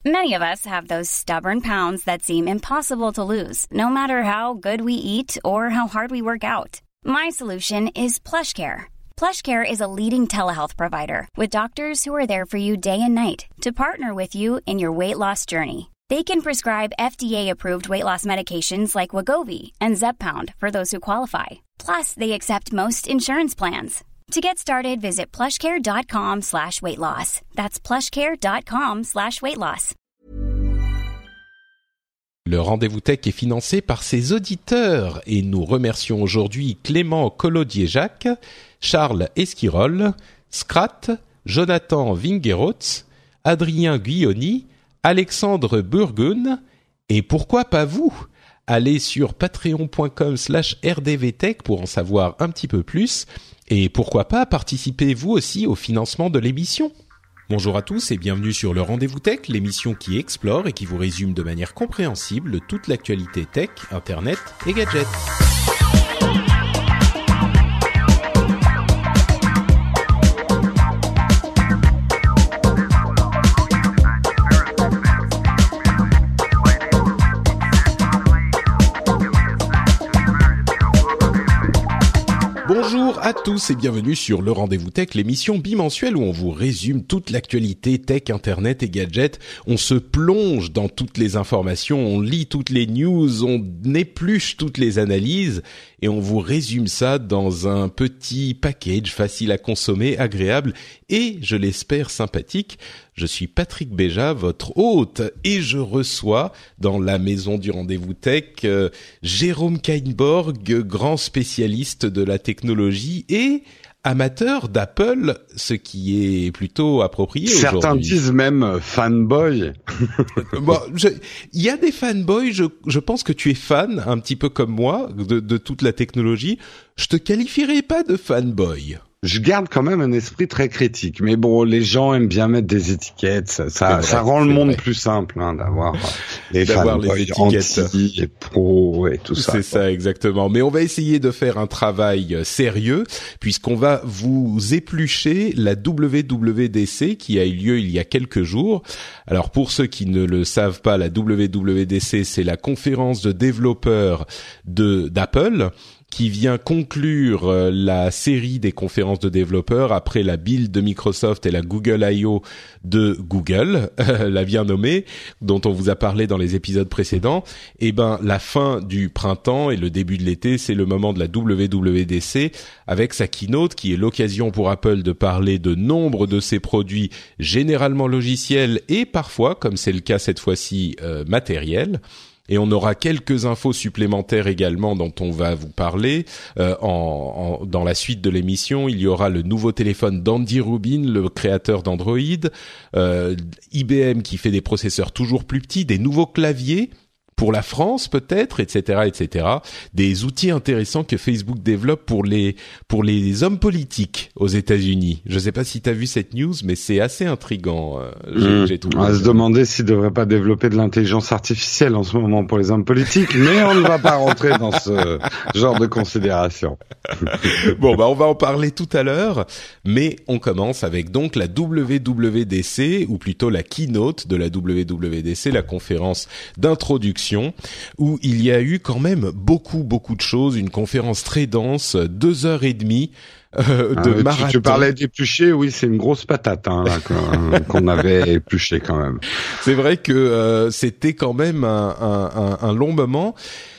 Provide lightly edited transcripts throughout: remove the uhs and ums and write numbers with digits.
Many of us have those stubborn pounds that seem impossible to lose, no matter how good we eat or how hard we work out. My solution is PlushCare. PlushCare is a leading telehealth provider with doctors who are there for you day and night to partner with you in your weight loss journey. They can prescribe FDA-approved weight loss medications like Wegovy and Zepbound for those who qualify. Plus, they accept most insurance plans. To get started, visit plushcare.com/weightloss. That's plushcare.com/weightloss. Le Rendez-vous Tech est financé par ses auditeurs et nous remercions aujourd'hui Clément Collodier-Jacques, Charles Esquirol, Scrat, Jonathan Vingerotz, Adrien Guilloni, Alexandre Burgun et pourquoi pas vous ? Allez sur patreon.com/rdvtech pour en savoir un petit peu plus et pourquoi pas participer vous aussi au financement de l'émission. Bonjour à tous et bienvenue sur le Rendez-vous Tech, l'émission qui explore et qui vous résume de manière compréhensible toute l'actualité tech, internet et gadgets. Bonjour à tous et bienvenue sur le Rendez-vous Tech, l'émission bimensuelle où on vous résume toute l'actualité tech, internet et gadgets. On se plonge dans toutes les informations, on lit toutes les news, on épluche toutes les analyses et on vous résume ça dans un petit package facile à consommer, agréable et, je l'espère, sympathique. Je suis Patrick Béja, votre hôte, et je reçois dans la maison du Rendez-vous Tech Jérôme Kainborg, grand spécialiste de la technologie et amateur d'Apple, ce qui est plutôt approprié aujourd'hui. Certains disent même fanboy. Bon, il y a des fanboys, je pense que tu es fan, un petit peu comme moi, de toute la technologie. Je te qualifierais pas de fanboy. Je garde quand même un esprit très critique, mais bon, les gens aiment bien mettre des étiquettes, ça rend le monde plus simple, d'avoir les étiquettes anti et pro et tout ça. C'est ça, exactement. Mais on va essayer de faire un travail sérieux, puisqu'on va vous éplucher la WWDC qui a eu lieu il y a quelques jours. Alors, pour ceux qui ne le savent pas, la WWDC, c'est la conférence de développeurs d'Apple, qui vient conclure la série des conférences de développeurs après la Build de Microsoft et la Google I.O. de Google, la bien nommée, dont on vous a parlé dans les épisodes précédents. Et la fin du printemps et le début de l'été, c'est le moment de la WWDC avec sa keynote qui est l'occasion pour Apple de parler de nombre de ses produits généralement logiciels et parfois, comme c'est le cas cette fois-ci, matériels. Et on aura quelques infos supplémentaires également dont on va vous parler dans la suite de l'émission. Il y aura le nouveau téléphone d'Andy Rubin, le créateur d'Android, IBM qui fait des processeurs toujours plus petits, des nouveaux claviers pour la France peut-être, etc., etc. Des outils intéressants que Facebook développe pour les hommes politiques aux États-Unis. Je sais pas si t'as vu cette news, mais c'est assez intriguant. J'ai trouvé. On va se demander s'ils devraient pas développer de l'intelligence artificielle en ce moment pour les hommes politiques, mais on ne va pas rentrer dans ce genre de considération. Bon, on va en parler tout à l'heure, mais on commence avec donc la WWDC, ou plutôt la keynote de la WWDC, la conférence d'introduction, où il y a eu quand même beaucoup de choses, une conférence très dense, 2h30 de marathon. Tu parlais d'éplucher, oui, c'est une grosse patate qu'on avait épluché quand même. C'est vrai que c'était quand même un long moment.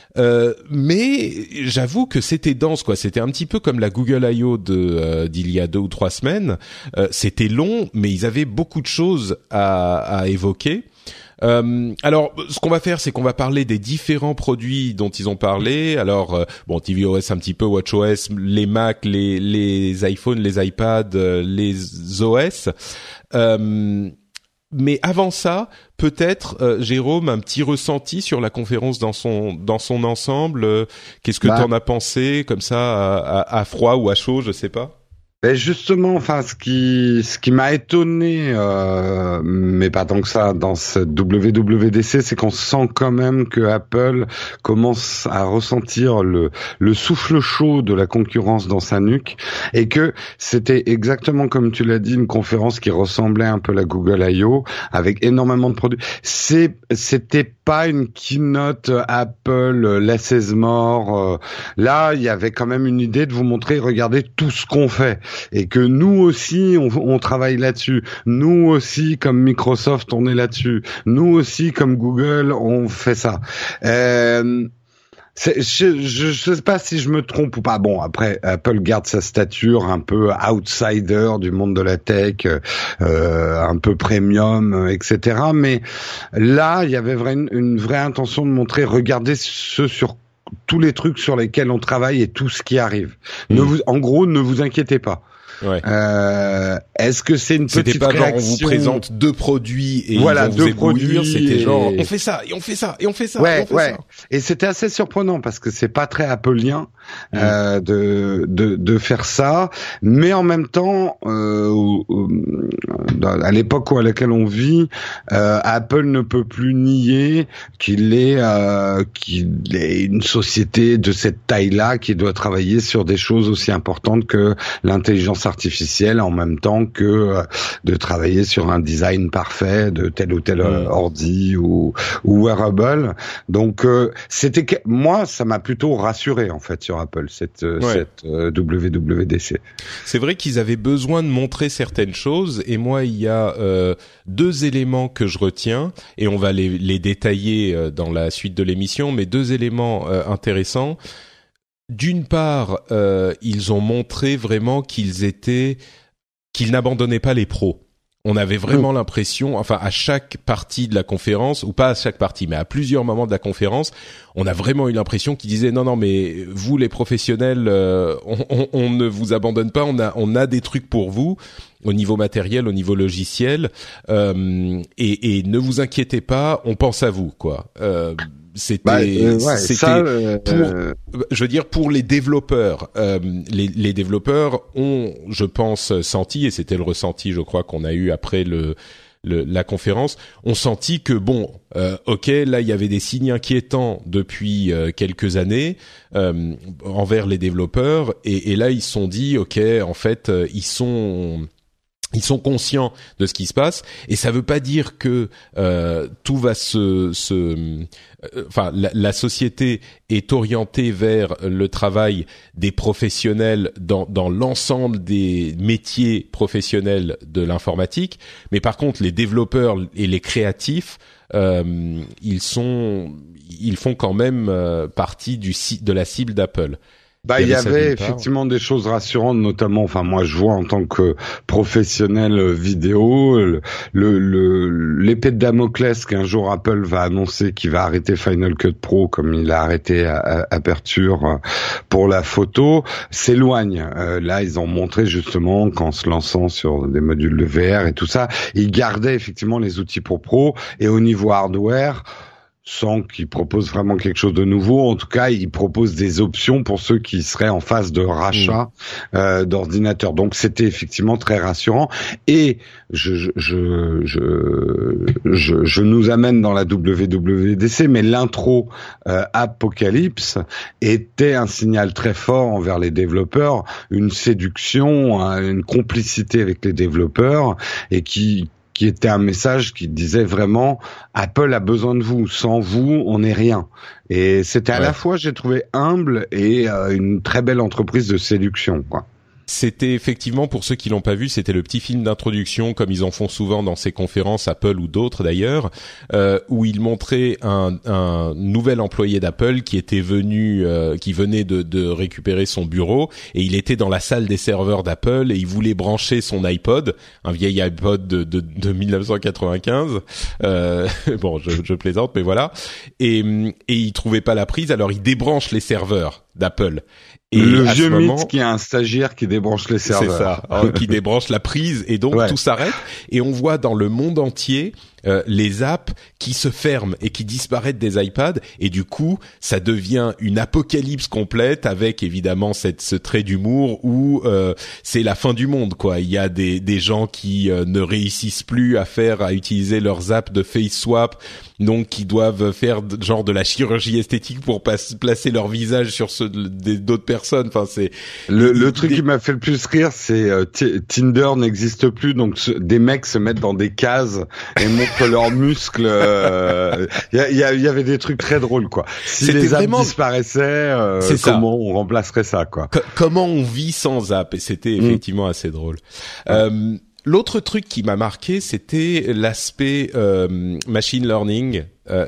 Mais j'avoue que c'était dense, quoi. C'était un petit peu comme la Google I.O. d'il y a 2 ou 3 semaines. C'était long, mais ils avaient beaucoup de choses à évoquer. Alors, ce qu'on va faire, c'est qu'on va parler des différents produits dont ils ont parlé. Alors, tvOS un petit peu, WatchOS, les Mac, les iPhones, les iPads, les OS. Mais avant ça, peut-être, Jérôme, un petit ressenti sur la conférence dans son ensemble. Qu'est-ce que t'en as pensé, comme ça, à froid ou à chaud, je sais pas. Ben justement, enfin, ce qui m'a étonné, mais pas tant que ça, dans cette WWDC, c'est qu'on sent quand même que Apple commence à ressentir le souffle chaud de la concurrence dans sa nuque, et que c'était exactement comme tu l'as dit, une conférence qui ressemblait un peu à la Google I.O. avec énormément de produits. C'était pas une keynote Apple, laissez mort. Là, il y avait quand même une idée de vous montrer, regardez tout ce qu'on fait. Et que nous aussi, on travaille là-dessus. Nous aussi, comme Microsoft, on est là-dessus. Nous aussi, comme Google, on fait ça. Je sais pas si je me trompe ou pas. Bon, après, Apple garde sa stature un peu outsider du monde de la tech, un peu premium, etc. Mais là, il y avait une vraie intention de montrer, regardez tous les trucs sur lesquels on travaille et tout ce qui arrive. En gros, ne vous inquiétez pas. Ouais. Est-ce que c'est une petite réaction? C'était pas genre on vous présente deux produits et voilà, ils vont vous éblouir, c'était genre on fait ça et on fait ça et on fait ça. Ouais, ça. Et c'était assez surprenant parce que c'est pas très appelien de faire ça, mais en même temps à l'époque à laquelle on vit, Apple ne peut plus nier qu'il est une société de cette taille-là qui doit travailler sur des choses aussi importantes que l'intelligence artificielle, en même temps que de travailler sur un design parfait de tel ou tel ordi ou wearable. Donc moi ça m'a plutôt rassuré en fait sur Apple cette WWDC. C'est vrai qu'ils avaient besoin de montrer certaines choses, et moi il y a deux éléments que je retiens, et on va les détailler dans la suite de l'émission, mais deux éléments intéressants. D'une part, ils ont montré vraiment qu'ils n'abandonnaient pas les pros. On avait vraiment l'impression, enfin à chaque partie de la conférence, ou pas à chaque partie, mais à plusieurs moments de la conférence, on a vraiment eu l'impression qu'ils disaient non mais vous les professionnels, on ne vous abandonne pas, on a des trucs pour vous au niveau matériel, au niveau logiciel, et ne vous inquiétez pas, on pense à vous quoi. C'était je veux dire pour les développeurs, les développeurs ont, je pense, senti, et c'était le ressenti, je crois, qu'on a eu après la conférence, ont senti que bon, ok, là il y avait des signes inquiétants depuis quelques années envers les développeurs, et là ils se sont dit ok, en fait ils sont conscients de ce qui se passe, et ça veut pas dire que tout va enfin la société est orientée vers le travail des professionnels dans l'ensemble des métiers professionnels de l'informatique, mais par contre les développeurs et les créatifs ils font quand même partie de la cible d'Apple. Il y avait effectivement des choses rassurantes, notamment, enfin moi je vois en tant que professionnel vidéo, l'épée de Damoclès qu'un jour Apple va annoncer qu'il va arrêter Final Cut Pro comme il a arrêté Aperture pour la photo, s'éloigne. Là ils ont montré justement qu'en se lançant sur des modules de VR et tout ça, ils gardaient effectivement les outils pour pro, et au niveau hardware, sans qu'ils proposent vraiment quelque chose de nouveau. En tout cas, ils proposent des options pour ceux qui seraient en phase de rachat d'ordinateurs. Donc, c'était effectivement très rassurant. Et je nous amène dans la WWDC, mais l'intro Apocalypse était un signal très fort envers les développeurs, une séduction, une complicité avec les développeurs, et qui était un message qui disait vraiment Apple a besoin de vous, sans vous on n'est rien. Et c'était à la fois, j'ai trouvé, humble et une très belle entreprise de séduction quoi. C'était effectivement, pour ceux qui l'ont pas vu, c'était le petit film d'introduction, comme ils en font souvent dans ces conférences, Apple ou d'autres d'ailleurs, où ils montraient un nouvel employé d'Apple qui était qui venait de récupérer son bureau, et il était dans la salle des serveurs d'Apple et il voulait brancher son iPod, un vieil iPod de 1995. Bon, je plaisante, mais voilà. Et il trouvait pas la prise, alors il débranche les serveurs d'Apple. Et le vieux mythe qui a un stagiaire qui débranche les serveurs. C'est ça, qui débranche la prise, et donc tout s'arrête, et on voit dans le monde entier les apps qui se ferment et qui disparaissent des iPads, et du coup ça devient une apocalypse complète, avec évidemment ce trait d'humour où c'est la fin du monde, quoi. Il y a des gens qui ne réussissent plus à utiliser leurs apps de face swap, donc qui doivent faire genre de la chirurgie esthétique pour placer leur visage sur ceux d'autres personnes. Enfin, c'est le truc qui m'a fait le plus rire, c'est Tinder n'existe plus, donc des mecs se mettent dans des cases et montrent leurs muscles. Il y avait des trucs très drôles, quoi. Si les apps disparaissaient, comment on remplacerait ça, quoi. Comment on vit sans app? Et c'était effectivement assez drôle. L'autre truc qui m'a marqué, c'était l'aspect machine learning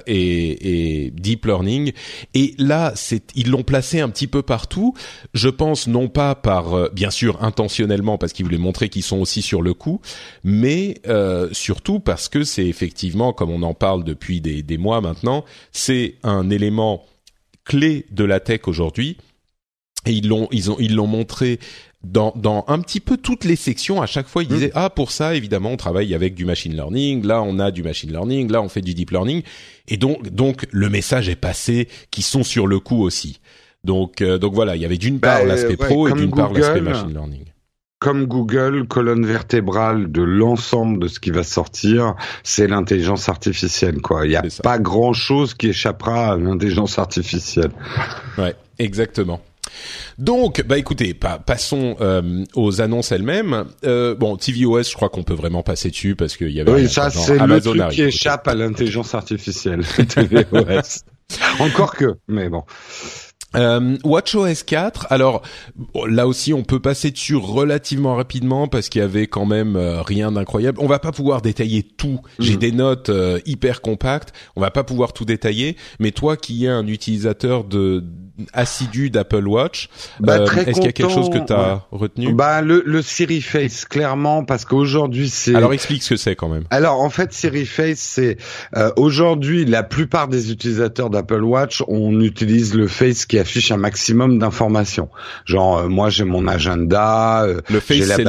et deep learning. Et là, ils l'ont placé un petit peu partout. Je pense non pas par, bien sûr, intentionnellement, parce qu'ils voulaient montrer qu'ils sont aussi sur le coup, mais surtout parce que c'est effectivement, comme on en parle depuis des mois maintenant, c'est un élément clé de la tech aujourd'hui. Et ils l'ont montré dans un petit peu toutes les sections. À chaque fois, ils disaient pour ça, évidemment, on travaille avec du machine learning. Là, on a du machine learning. Là, on fait du deep learning. Et donc le message est passé qu'ils sont sur le coup aussi. Donc voilà, il y avait d'une part l'aspect pro et d'une part l'aspect machine learning. Comme Google, colonne vertébrale de l'ensemble de ce qui va sortir, c'est l'intelligence artificielle, quoi. Il y a pas grand-chose qui échappera à l'intelligence artificielle. Ouais, exactement. Donc, écoutez, passons aux annonces elles-mêmes. tvOS, je crois qu'on peut vraiment passer dessus parce qu'il y avait. Oui, ça c'est Amazon le truc qui échappe à l'intelligence artificielle. tvOS. Encore que, mais bon. WatchOS 4. Alors là aussi, on peut passer dessus relativement rapidement parce qu'il y avait quand même rien d'incroyable. On va pas pouvoir détailler tout. J'ai des notes hyper compactes. On va pas pouvoir tout détailler. Mais toi, qui es un utilisateur assidu d'Apple Watch, est-ce qu'il y a quelque chose que t'as retenu? Le Siri Face, clairement, parce qu'aujourd'hui c'est. Alors explique ce que c'est quand même. Alors en fait, Siri Face, c'est aujourd'hui la plupart des utilisateurs d'Apple Watch, on utilise le Face qui affiche un maximum d'informations. Genre moi j'ai mon agenda, le Face, c'est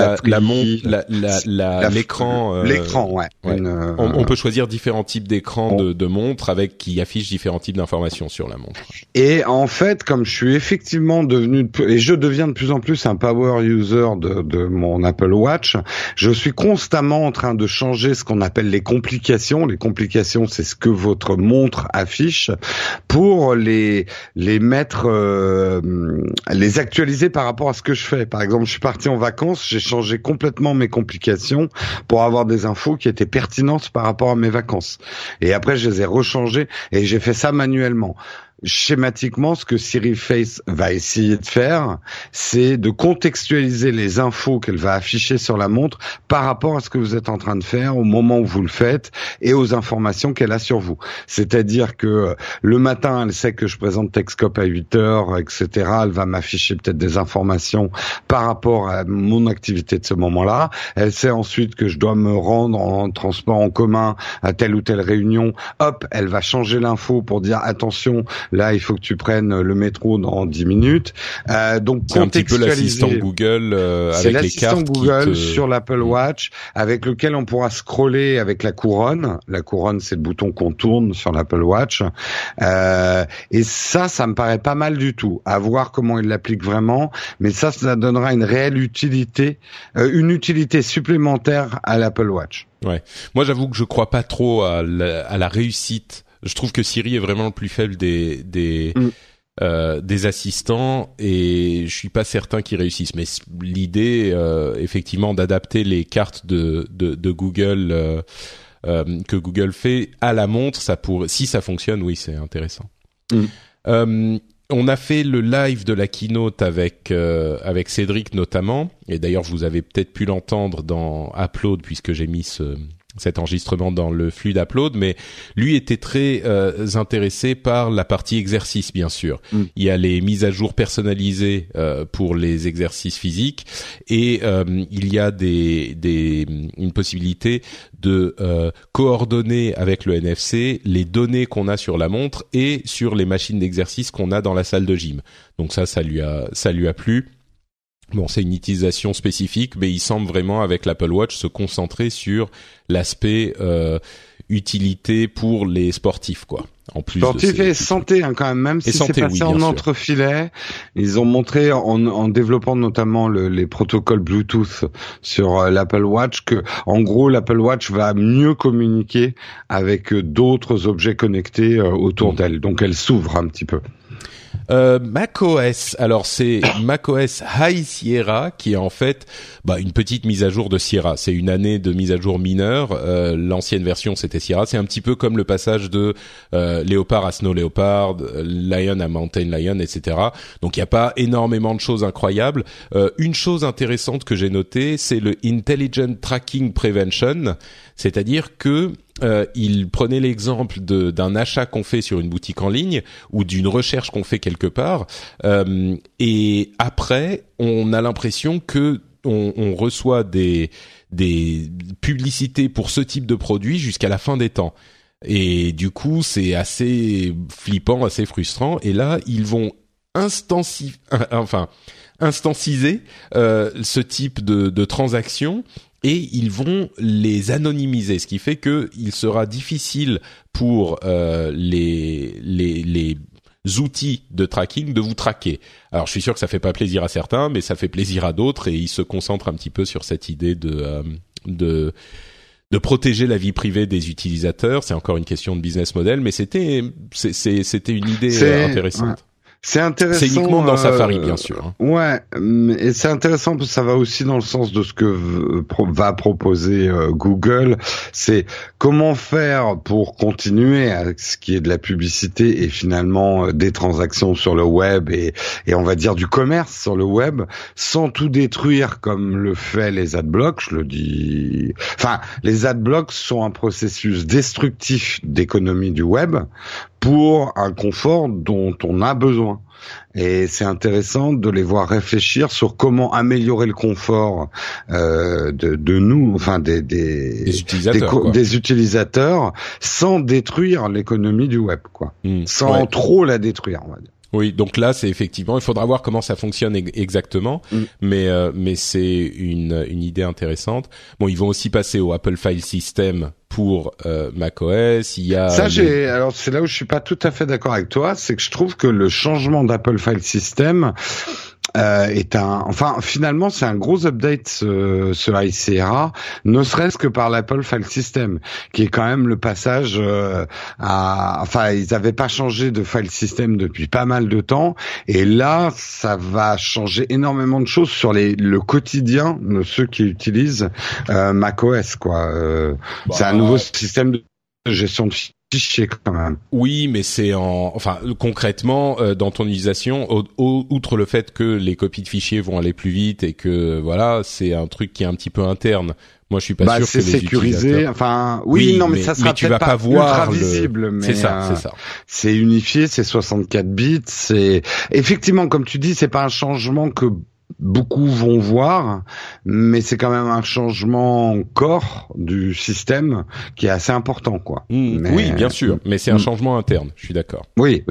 l'écran. L'écran, ouais. On peut choisir différents types d'écrans de montres qui affichent différents types d'informations sur la montre. Et en fait, comme je suis effectivement je deviens de plus en plus un power user de mon Apple Watch, je suis constamment en train de changer ce qu'on appelle les complications. Les complications, c'est ce que votre montre affiche pour les mettre, les actualiser par rapport à ce que je fais. Par exemple, je suis parti en vacances, j'ai changé complètement mes complications pour avoir des infos qui étaient pertinentes par rapport à mes vacances. Et après, je les ai rechangées et j'ai fait ça manuellement. Schématiquement, ce que Siri Face va essayer de faire, c'est de contextualiser les infos qu'elle va afficher sur la montre par rapport à ce que vous êtes en train de faire au moment où vous le faites et aux informations qu'elle a sur vous. C'est-à-dire que le matin, elle sait que je présente Techscope à 8h, etc. Elle va m'afficher peut-être des informations par rapport à mon activité de ce moment-là. Elle sait ensuite que je dois me rendre en transport en commun à telle ou telle réunion. Hop, elle va changer l'info pour dire attention, là, il faut que tu prennes le métro dans 10 minutes. Donc, c'est un petit peu l'assistant Google avec les cartes Google sur l'Apple Watch, avec lequel on pourra scroller avec la couronne. La couronne, c'est le bouton qu'on tourne sur l'Apple Watch. Et ça me paraît pas mal du tout. À voir comment il l'applique vraiment. Mais ça donnera une réelle utilité, une utilité supplémentaire à l'Apple Watch. Ouais. Moi, j'avoue que je crois pas trop à la réussite. Je trouve que Siri est vraiment le plus faible des assistants et je suis pas certain qu'ils réussissent. Mais l'idée, effectivement, d'adapter les cartes de Google que Google fait à la montre, si ça fonctionne, oui, c'est intéressant. On a fait le live de la keynote avec Cédric notamment, et d'ailleurs vous avez peut-être pu l'entendre dans Upload puisque j'ai mis cet enregistrement dans le flux d'Upload, mais lui était très intéressé par la partie exercice, bien sûr. Il y a les mises à jour personnalisées pour les exercices physiques et il y a une possibilité de coordonner avec le NFC les données qu'on a sur la montre et sur les machines d'exercice qu'on a dans la salle de gym. Donc ça lui a plu. Bon, c'est une utilisation spécifique, mais il semble vraiment, avec l'Apple Watch, se concentrer sur l'aspect utilité pour les sportifs, quoi. En plus sportif et santé, quand même si c'est passé en entrefilet, ils ont montré en développant notamment les protocoles Bluetooth sur l'Apple Watch que, en gros, l'Apple Watch va mieux communiquer avec d'autres objets connectés autour d'elle. Donc, elle s'ouvre un petit peu. macOS, alors c'est macOS High Sierra qui est en fait une petite mise à jour de Sierra. C'est une année de mise à jour mineure. L'ancienne version c'était Sierra. C'est un petit peu comme le passage de Leopard à Snow Leopard, Lion à Mountain Lion, etc. Donc il n'y a pas énormément de choses incroyables. Une chose intéressante que j'ai notée, c'est le Intelligent Tracking Prevention, c'est-à-dire que il prenait l'exemple d'un achat qu'on fait sur une boutique en ligne ou d'une recherche qu'on fait quelque part, et après on a l'impression que on reçoit des publicités pour ce type de produit jusqu'à la fin des temps. Et du coup, c'est assez flippant, assez frustrant. Et là, ils vont instanciser ce type de transactions. Et ils vont les anonymiser, ce qui fait que il sera difficile pour les outils de tracking de vous traquer. Alors je suis sûr que ça fait pas plaisir à certains, mais ça fait plaisir à d'autres, et ils se concentrent un petit peu sur cette idée de protéger la vie privée des utilisateurs. C'est encore une question de business model, mais c'était une idée intéressante. Ouais. C'est intéressant. C'est uniquement dans Safari, bien sûr. Ouais, et c'est intéressant parce que ça va aussi dans le sens de ce que va proposer Google. C'est comment faire pour continuer à ce qui est de la publicité et finalement des transactions sur le web et on va dire du commerce sur le web, sans tout détruire comme le fait les adblocks. Je le dis. Enfin, les adblocks sont un processus destructif d'économie du web pour un confort dont on a besoin. Et c'est intéressant de les voir réfléchir sur comment améliorer le confort de nous, enfin des utilisateurs, sans détruire l'économie du web, quoi. Sans trop la détruire, on va dire. Oui, donc là, c'est effectivement, il faudra voir comment ça fonctionne exactement, mais c'est une idée intéressante. Bon, ils vont aussi passer au Apple File System pour macOS. Il y a alors c'est là où je suis pas tout à fait d'accord avec toi, c'est que je trouve que le changement d'Apple File System finalement c'est un gros update ce High Sierra, ne serait-ce que par l'Apple File System, qui est quand même le passage ils avaient pas changé de file system depuis pas mal de temps, et là ça va changer énormément de choses sur le quotidien de ceux qui utilisent macOS, quoi. C'est un nouveau système de gestion de fichiers quand même. Oui, mais c'est concrètement dans ton utilisation, outre le fait que les copies de fichiers vont aller plus vite et que voilà, c'est un truc qui est un petit peu interne. Moi, je suis pas sûr que c'est sécurisé. Enfin, oui, mais ça sera peut-être pas ultra visible. Mais c'est ça. C'est unifié, c'est 64 bits. C'est effectivement, comme tu dis, c'est pas un changement que beaucoup vont voir, mais c'est quand même un changement corps du système qui est assez important, quoi. Oui, bien sûr, mais c'est un changement interne, je suis d'accord. Oui.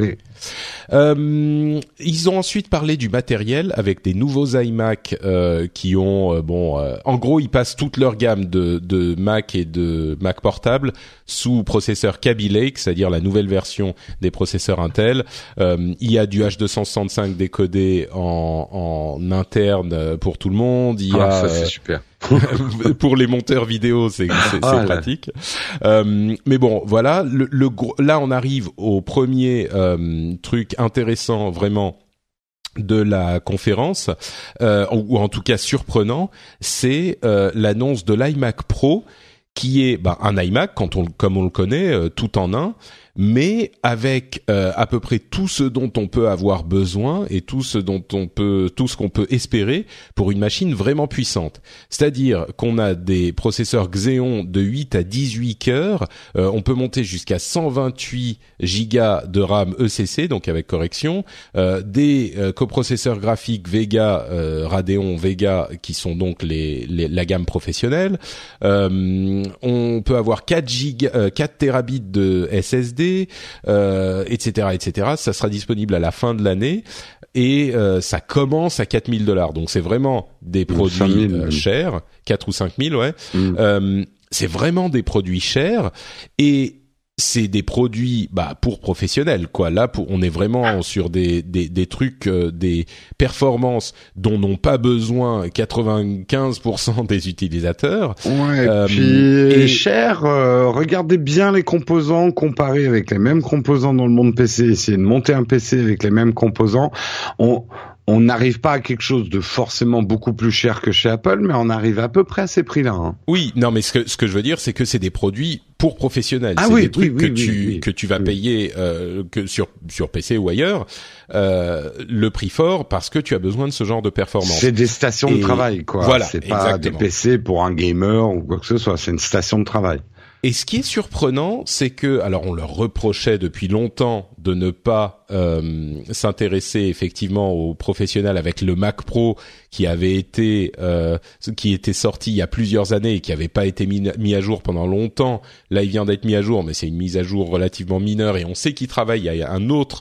Ils ont ensuite parlé du matériel avec des nouveaux iMac qui ont en gros ils passent toute leur gamme de Mac et de Mac portable sous processeur Kaby Lake, c'est-à-dire la nouvelle version des processeurs Intel. Il y a du H265 décodé en interne pour tout le monde. Ça c'est super. Pour les monteurs vidéo, c'est pratique. Mais bon, voilà. Là, on arrive au premier truc intéressant, vraiment, de la conférence, ou en tout cas surprenant, c'est l'annonce de l'iMac Pro, qui est un iMac comme on le connaît, tout en un, mais avec à peu près tout ce dont on peut avoir besoin et tout ce qu'on peut espérer pour une machine vraiment puissante. C'est-à-dire qu'on a des processeurs Xeon de 8 à 18 cœurs, on peut monter jusqu'à 128 gigas de RAM ECC, donc avec correction, des coprocesseurs graphiques Vega, Radeon Vega, qui sont donc la gamme professionnelle. On peut avoir 4 terabits de SSD, etc. Ça sera disponible à la fin de l'année, et ça commence à $4,000. Donc c'est vraiment des produits chers, 4 ou 5 000, ouais. c'est vraiment des produits chers et c'est des produits pour professionnels quoi. Là on est vraiment sur des trucs des performances dont n'ont pas besoin 95% des utilisateurs. Ouais, puis cher, regardez bien les composants comparés avec les mêmes composants dans le monde PC, essayez de monter un PC avec les mêmes composants. On n'arrive pas à quelque chose de forcément beaucoup plus cher que chez Apple, mais on arrive à peu près à ces prix-là. Hein. Oui, non, mais ce que je veux dire, c'est que c'est des produits pour professionnels. C'est des trucs que tu vas payer que sur PC ou ailleurs le prix fort parce que tu as besoin de ce genre de performance. C'est des stations de travail, quoi. Voilà, c'est pas exactement. des PC pour un gamer ou quoi que ce soit. C'est une station de travail. Et ce qui est surprenant, c'est que, alors on leur reprochait depuis longtemps de ne pas s'intéresser effectivement aux professionnels avec le Mac Pro qui était sorti il y a plusieurs années et qui avait pas été mis à jour pendant longtemps. Là, il vient d'être mis à jour, mais c'est une mise à jour relativement mineure et on sait qu'il travaille. Il y a un autre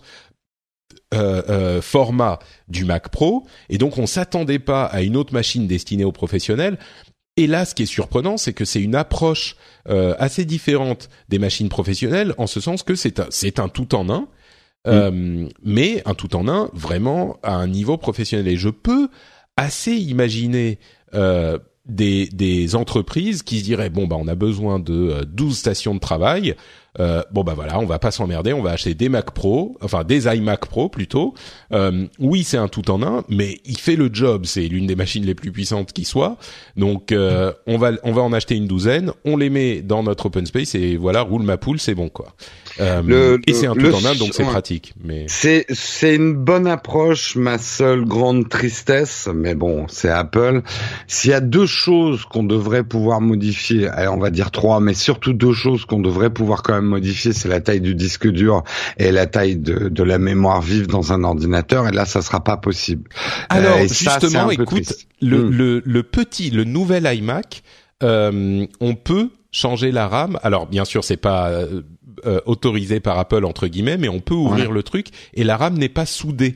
format du Mac Pro et donc on s'attendait pas à une autre machine destinée aux professionnels. Et là, ce qui est surprenant, c'est que c'est une approche assez différente des machines professionnelles, en ce sens que c'est un tout en un, mais un tout en un vraiment à un niveau professionnel. Et je peux assez imaginer des entreprises qui se diraient on a besoin de 12 stations de travail. Voilà, on va pas s'emmerder, on va acheter des Mac Pro, enfin des iMac Pro plutôt. Oui, c'est un tout en un, mais il fait le job, c'est l'une des machines les plus puissantes qui soit. Donc on va en acheter une douzaine, on les met dans notre open space et voilà, roule ma poule, c'est bon quoi. Et c'est un tout en un, donc c'est pratique. Mais c'est une bonne approche. Ma seule grande tristesse, mais bon, c'est Apple. S'il y a deux choses qu'on devrait pouvoir modifier, allez, on va dire trois, mais surtout deux choses qu'on devrait pouvoir quand même modifier, c'est la taille du disque dur et la taille de la mémoire vive dans un ordinateur. Et là, ça sera pas possible. Alors justement, écoute, le nouvel iMac, on peut changer la RAM. Alors bien sûr, c'est pas autorisé par Apple entre guillemets, mais on peut ouvrir le truc et la RAM n'est pas soudée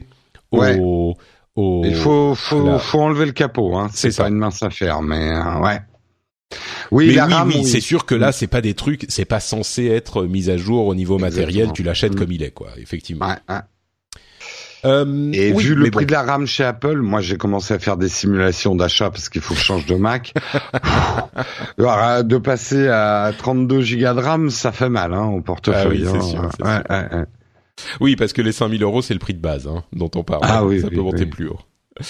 il faut enlever le capot, hein. C'est pas une mince affaire, mais ouais. Oui, mais c'est sûr que là, c'est pas des trucs, c'est pas censé être mis à jour au niveau matériel. Tu l'achètes comme il est, quoi. Effectivement. Et vu le prix de la RAM chez Apple, moi j'ai commencé à faire des simulations d'achat parce qu'il faut que je change de Mac. De passer à 32 gigas de RAM, ça fait mal au portefeuille. Ah oui, c'est sûr. Oui, parce que les 5 000 €, c'est le prix de base dont on parle. Ah oui, ça peut monter plus haut.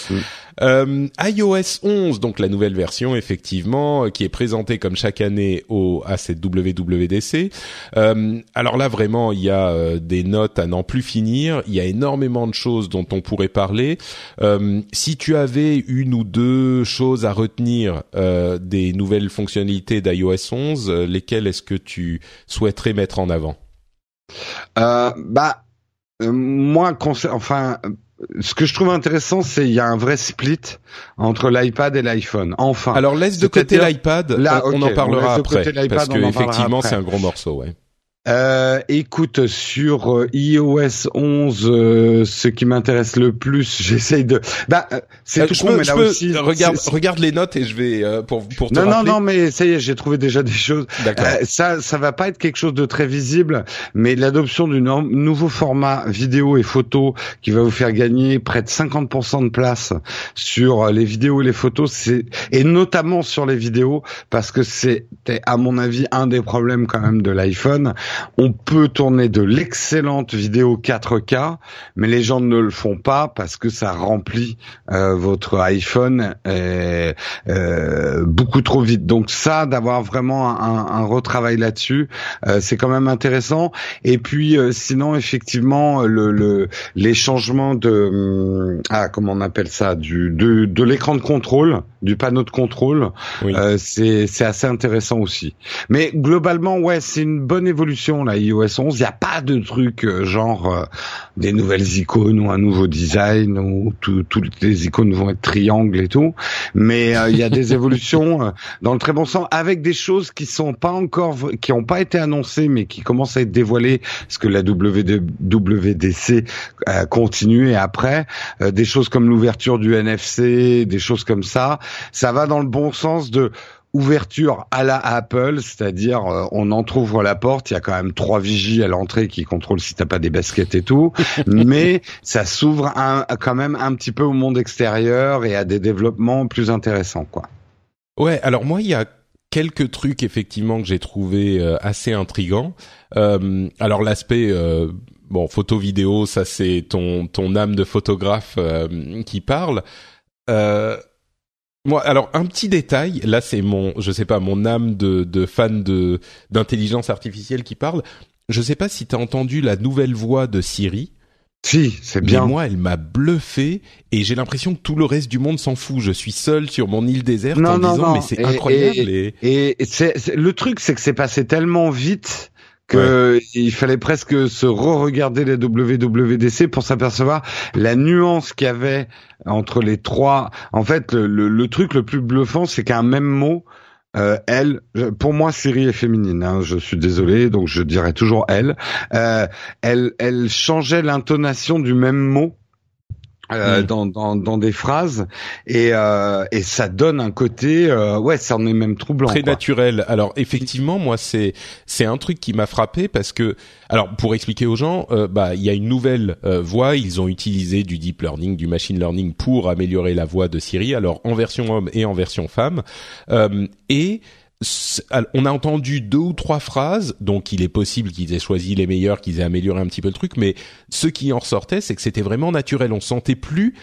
iOS 11, donc la nouvelle version effectivement qui est présentée comme chaque année à cette WWDC. Alors là vraiment il y a des notes à n'en plus finir, il y a énormément de choses dont on pourrait parler. Si tu avais une ou deux choses à retenir des nouvelles fonctionnalités d'iOS 11, lesquelles est-ce que tu souhaiterais mettre en avant? Moi, ce que je trouve intéressant, c'est il y a un vrai split entre l'iPad et l'iPhone. Enfin. Alors laisse de côté l'iPad, on en parlera après, parce que effectivement c'est un gros morceau, ouais. Écoute, sur iOS 11, ce qui m'intéresse le plus, j'essaye de. C'est tout con, mais là aussi. Regarde les notes et je vais pour te rappeler. Non, mais ça y est, j'ai trouvé déjà des choses. D'accord. Ça va pas être quelque chose de très visible, mais l'adoption du nouveau format vidéo et photo qui va vous faire gagner près de 50% de place sur les vidéos et les photos, et notamment sur les vidéos, parce que c'était à mon avis un des problèmes quand même de l'iPhone. On peut tourner de l'excellente vidéo 4K, mais les gens ne le font pas parce que ça remplit votre iPhone beaucoup trop vite. Donc ça, d'avoir vraiment un retravail là-dessus, c'est quand même intéressant. Et puis sinon, effectivement, les changements de comment on appelle ça, de l'écran de contrôle, du panneau de contrôle, oui. C'est assez intéressant aussi. Mais globalement, ouais, c'est une bonne évolution. Là, iOS 11, il n'y a pas de truc genre des nouvelles icônes ou un nouveau design où toutes les icônes vont être triangles et tout, mais il y a des évolutions dans le très bon sens, avec des choses qui n'ont pas été annoncées, mais qui commencent à être dévoilées, parce que la WWDC continue, et après des choses comme l'ouverture du NFC, des choses comme ça va dans le bon sens de ouverture à la Apple, c'est-à-dire on entrouvre la porte, il y a quand même 3 vigies à l'entrée qui contrôlent si t'as pas des baskets et tout, mais ça s'ouvre quand même un petit peu au monde extérieur et à des développements plus intéressants, quoi. Ouais, alors moi il y a quelques trucs effectivement que j'ai trouvé assez intrigants. Alors l'aspect photo vidéo, ça c'est ton âme de photographe qui parle. Moi, alors un petit détail, là c'est mon âme de fan d'intelligence artificielle qui parle. Je sais pas si t'as entendu la nouvelle voix de Siri. Si, c'est bien. Mais moi, elle m'a bluffé et j'ai l'impression que tout le reste du monde s'en fout. Je suis seul sur mon île déserte disant mais c'est incroyable. Et le truc, c'est que c'est passé tellement vite que il fallait presque se re-regarder les WWDC pour s'apercevoir la nuance qu'il y avait entre les trois. En fait, le truc le plus bluffant, c'est qu'un même mot, pour moi, Siri est féminine, hein, je suis désolé, donc je dirais toujours elle. Elle changeait l'intonation du même mot. Dans des phrases et ça donne un côté ça en est même troublant, très quoi. Naturel. Alors effectivement moi c'est un truc qui m'a frappé parce que alors pour expliquer aux gens il y a une nouvelle voix, ils ont utilisé du deep learning, du machine learning pour améliorer la voix de Siri, alors en version homme et en version femme, et on a entendu 2 ou 3 phrases, donc il est possible qu'ils aient choisi les meilleures, qu'ils aient amélioré un petit peu le truc, mais ce qui en ressortait, c'est que c'était vraiment naturel. On sentait plus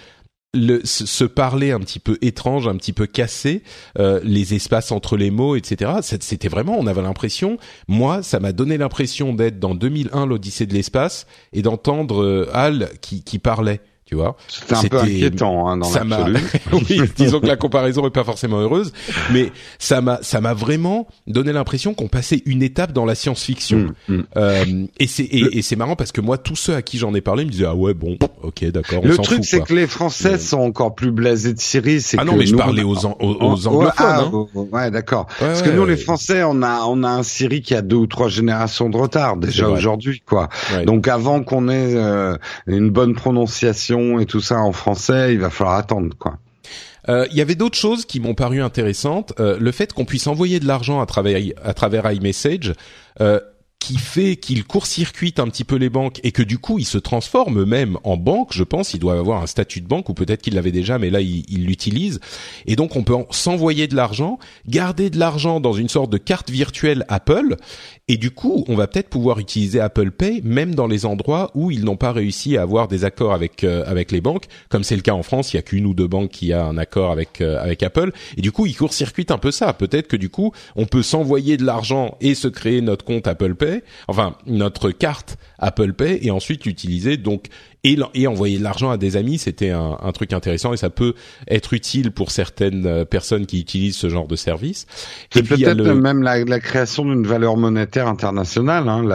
se parler un petit peu étrange, un petit peu cassé, les espaces entre les mots, etc. C'était vraiment, on avait l'impression, moi, ça m'a donné l'impression d'être dans 2001, l'Odyssée de l'espace, et d'entendre Hal qui parlait. Tu vois, c'était un peu inquiétant, hein, dans l'absolu. Oui, disons que la comparaison est pas forcément heureuse, mais ça m'a vraiment donné l'impression qu'on passait une étape dans la science-fiction. Et c'est marrant parce que moi, tous ceux à qui j'en ai parlé me disaient ah ouais bon, ok d'accord. Le truc c'est que les Français sont encore plus blasés de Siri. C'est non, mais je parlais aux anglophones. Ouais, d'accord. Parce que nous les Français, on a un Siri qui a 2 ou 3 générations de retard déjà aujourd'hui, quoi. Ouais. Donc avant qu'on ait une bonne prononciation et tout ça en français, il va falloir attendre, quoi. Il y avait d'autres choses qui m'ont paru intéressantes. Le fait qu'on puisse envoyer de l'argent à travers iMessage, qui fait qu'il court-circuite un petit peu les banques et que du coup, il se transforme même en banque. Je pense, il doit avoir un statut de banque ou peut-être qu'il l'avait déjà, mais là, il l'utilise. Et donc, on peut s'envoyer de l'argent, garder de l'argent dans une sorte de carte virtuelle Apple. Et du coup, on va peut-être pouvoir utiliser Apple Pay même dans les endroits où ils n'ont pas réussi à avoir des accords avec les banques, comme c'est le cas en France. Il y a qu'une ou 2 banques qui a un accord avec Apple. Et du coup, ils court-circuitent un peu ça. Peut-être que du coup, on peut s'envoyer de l'argent et se créer notre compte Apple Pay, enfin notre carte Apple Pay, et ensuite l'utiliser. Donc et envoyer de l'argent à des amis, c'était un truc intéressant et ça peut être utile pour certaines personnes qui utilisent ce genre de service. C'est peut-être même la création d'une valeur monétaire internationale, hein,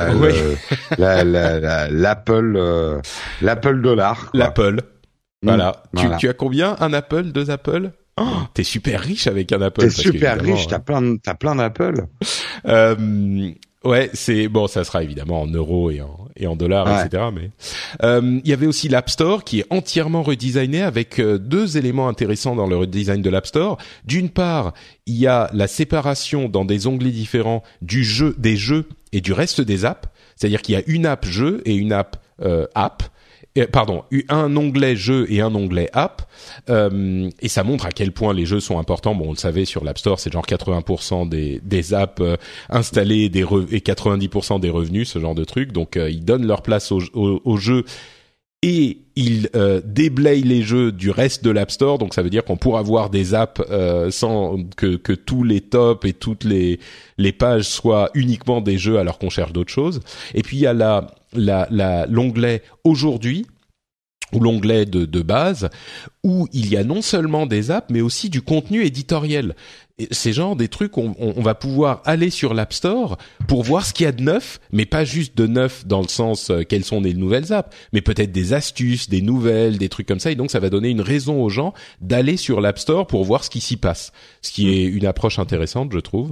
l'Apple dollar, quoi. L'Apple. Voilà. Tu as combien? Un Apple? 2 Apple? Oh, t'es super riche avec un Apple. T'es super riche, t'as plein d'Apple. Ouais, ça sera évidemment en euros et en dollars, etc. Mais il y avait aussi l'App Store qui est entièrement redesigné avec 2 éléments intéressants dans le redesign de l'App Store. D'une part, il y a la séparation dans des onglets différents des jeux et du reste des apps. C'est-à-dire qu'il y a une app jeu et une app app. Un onglet jeu et un onglet app, et ça montre à quel point les jeux sont importants. Bon, on le savait sur l'App Store, c'est genre 80% des apps installées et 90% des revenus, ce genre de truc. Donc ils donnent leur place aux jeux et ils déblayent les jeux du reste de l'App Store. Donc ça veut dire qu'on pourra voir des apps sans que tous les tops et toutes les pages soient uniquement des jeux alors qu'on cherche d'autres choses. Et puis il y a l'onglet aujourd'hui, ou l'onglet de base, où il y a non seulement des apps, mais aussi du contenu éditoriel. Et c'est genre des trucs, on va pouvoir aller sur l'App Store pour voir ce qu'il y a de neuf, mais pas juste de neuf dans le sens quelles sont les nouvelles apps, mais peut-être des astuces, des nouvelles, des trucs comme ça. Et donc ça va donner une raison aux gens d'aller sur l'App Store pour voir ce qui s'y passe. Ce qui est une approche intéressante, je trouve.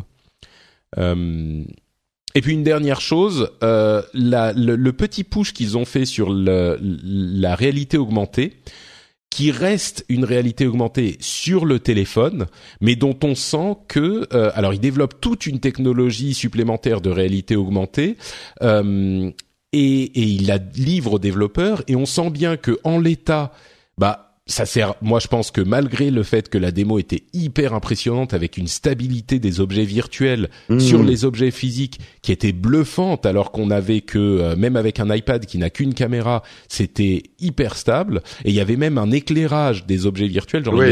Et puis une dernière chose, le petit push qu'ils ont fait sur la réalité augmentée, qui reste une réalité augmentée sur le téléphone, mais dont on sent que alors il développe toute une technologie supplémentaire de réalité augmentée et il la livre aux développeurs, et on sent bien que en l'état, ça sert. Moi, je pense que malgré le fait que la démo était hyper impressionnante avec une stabilité des objets virtuels sur les objets physiques qui était bluffante, alors qu'on avait que même avec un iPad qui n'a qu'une caméra, c'était hyper stable. Et il y avait même un éclairage des objets virtuels. Genre, il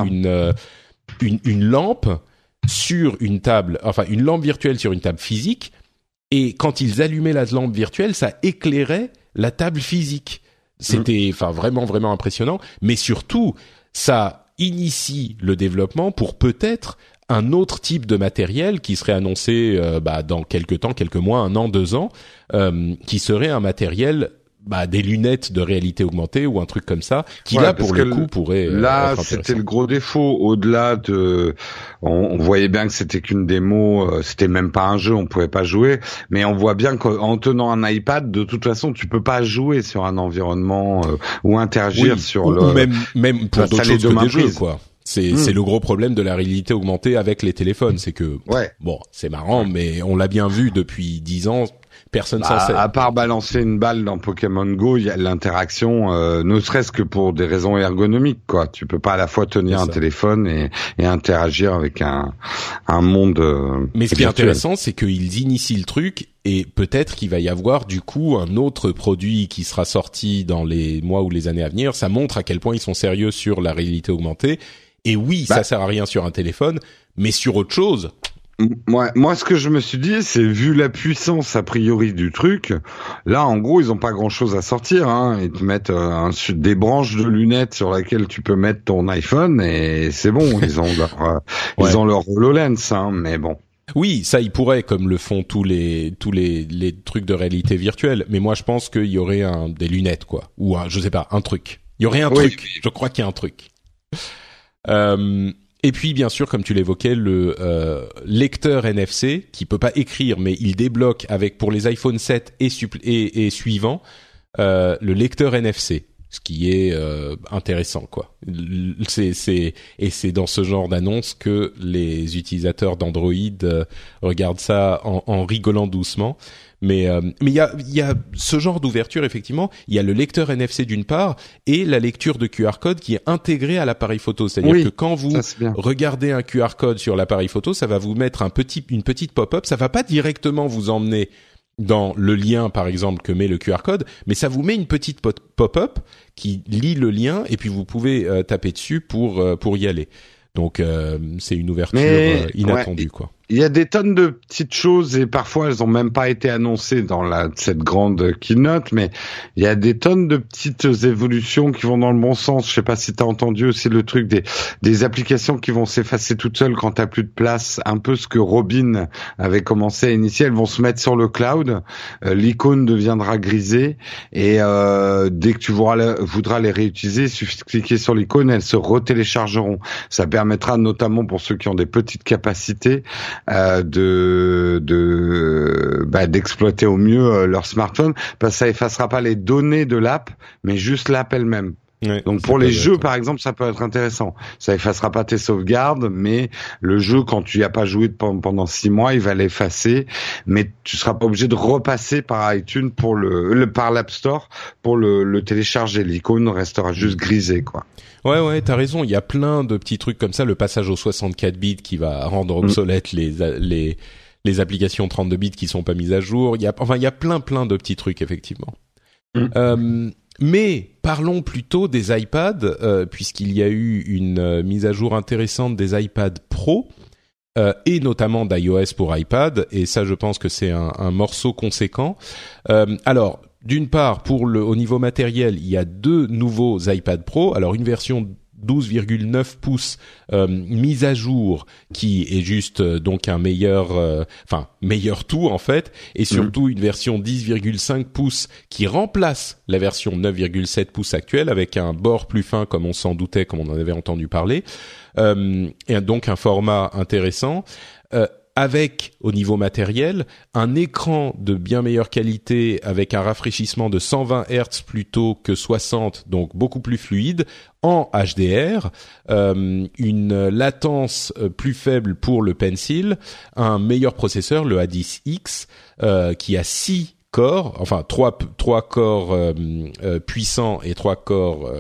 mettait une lampe sur une table, enfin une lampe virtuelle sur une table physique. Et quand ils allumaient la lampe virtuelle, ça éclairait la table physique. C'était vraiment vraiment impressionnant, mais surtout ça initie le développement pour peut-être un autre type de matériel qui serait annoncé dans quelques mois, 1 an, 2 ans, qui serait un matériel des lunettes de réalité augmentée ou un truc comme ça, qui là pour le coup pourrait là c'était le gros défaut. Au-delà de, on voyait bien que c'était qu'une démo, c'était même pas un jeu, on pouvait pas jouer, mais on voit bien qu'en tenant un iPad, de toute façon, tu peux pas jouer sur un environnement ou interagir sur le. Ou même pour d'autres choses que des jeux, quoi. C'est le gros problème de la réalité augmentée avec les téléphones, c'est que c'est marrant, mais on l'a bien vu depuis 10 ans. Personne s'en sert. À part balancer une balle dans Pokémon Go, il y a l'interaction, ne serait-ce que pour des raisons ergonomiques, quoi. Tu peux pas à la fois tenir un téléphone et interagir avec un monde. Mais ce qui est intéressant, c'est qu'ils initient le truc, et peut-être qu'il va y avoir du coup un autre produit qui sera sorti dans les mois ou les années à venir. Ça montre à quel point ils sont sérieux sur la réalité augmentée. Et oui, ça sert à rien sur un téléphone, mais sur autre chose. Moi, ce que je me suis dit, c'est vu la puissance a priori du truc, là, en gros, ils ont pas grand-chose à sortir. Ils te mettent des branches de lunettes sur lesquelles tu peux mettre ton iPhone et c'est bon. Ils ont leur HoloLens, mais bon. Oui, ça, ils pourraient, comme le font tous les trucs de réalité virtuelle. Mais moi, je pense qu'il y aurait des lunettes, quoi, ou je sais pas, un truc. Il y aurait un truc. Je crois qu'il y a un truc. Et puis, bien sûr, comme tu l'évoquais, le lecteur NFC qui peut pas écrire, mais il débloque pour les iPhone 7 et suivants le lecteur NFC, ce qui est intéressant, quoi. C'est dans ce genre d'annonce que les utilisateurs d'Android regardent ça en rigolant doucement. Mais il y a ce genre d'ouverture, effectivement. Il y a le lecteur NFC d'une part et la lecture de QR code qui est intégrée à l'appareil photo. C'est-à-dire que quand vous regardez un QR code sur l'appareil photo, ça va vous mettre une petite pop-up. Ça va pas directement vous emmener dans le lien, par exemple, que met le QR code, mais ça vous met une petite pop-up qui lit le lien et puis vous pouvez taper dessus pour y aller. Donc c'est une ouverture inattendue, quoi. Il y a des tonnes de petites choses et parfois elles ont même pas été annoncées dans cette grande keynote, mais il y a des tonnes de petites évolutions qui vont dans le bon sens. Je sais pas si t'as entendu aussi le truc des applications qui vont s'effacer toutes seules quand t'as plus de place. Un peu ce que Robin avait commencé à initier. Elles vont se mettre sur le cloud. L'icône deviendra grisée et dès que tu voudras les réutiliser, il suffit de cliquer sur l'icône, elles se retéléchargeront. Ça permettra notamment pour ceux qui ont des petites capacités d'exploiter au mieux leur smartphone, parce que ça effacera pas les données de l'app, mais juste l'app elle-même. Ouais, donc pour les jeux, par exemple, ça peut être intéressant. Ça effacera pas tes sauvegardes, mais le jeu, quand tu y as pas joué pendant 6 mois, il va l'effacer, mais tu seras pas obligé de repasser par iTunes par l'App Store pour le télécharger. L'icône restera juste grisée, quoi. Ouais, t'as raison. Il y a plein de petits trucs comme ça. Le passage aux 64 bits qui va rendre obsolètes les applications 32 bits qui sont pas mises à jour. Il y a plein de petits trucs, effectivement. Mais parlons plutôt des iPads, puisqu'il y a eu une mise à jour intéressante des iPad Pro, et notamment d'iOS pour iPad, et ça je pense que c'est un morceau conséquent. Alors, d'une part, au niveau matériel, il y a 2 nouveaux iPad Pro, alors une version 12,9 pouces mise à jour qui est juste donc un meilleur tout en fait, et surtout une version 10,5 pouces qui remplace la version 9,7 pouces actuelle avec un bord plus fin comme on s'en doutait, comme on en avait entendu parler, et donc un format intéressant. avec, au niveau matériel, un écran de bien meilleure qualité avec un rafraîchissement de 120 Hz plutôt que 60, donc beaucoup plus fluide, en HDR, une latence plus faible pour le Pencil, un meilleur processeur, le A10X, qui a 6 corps, enfin 3 corps puissants et 3 corps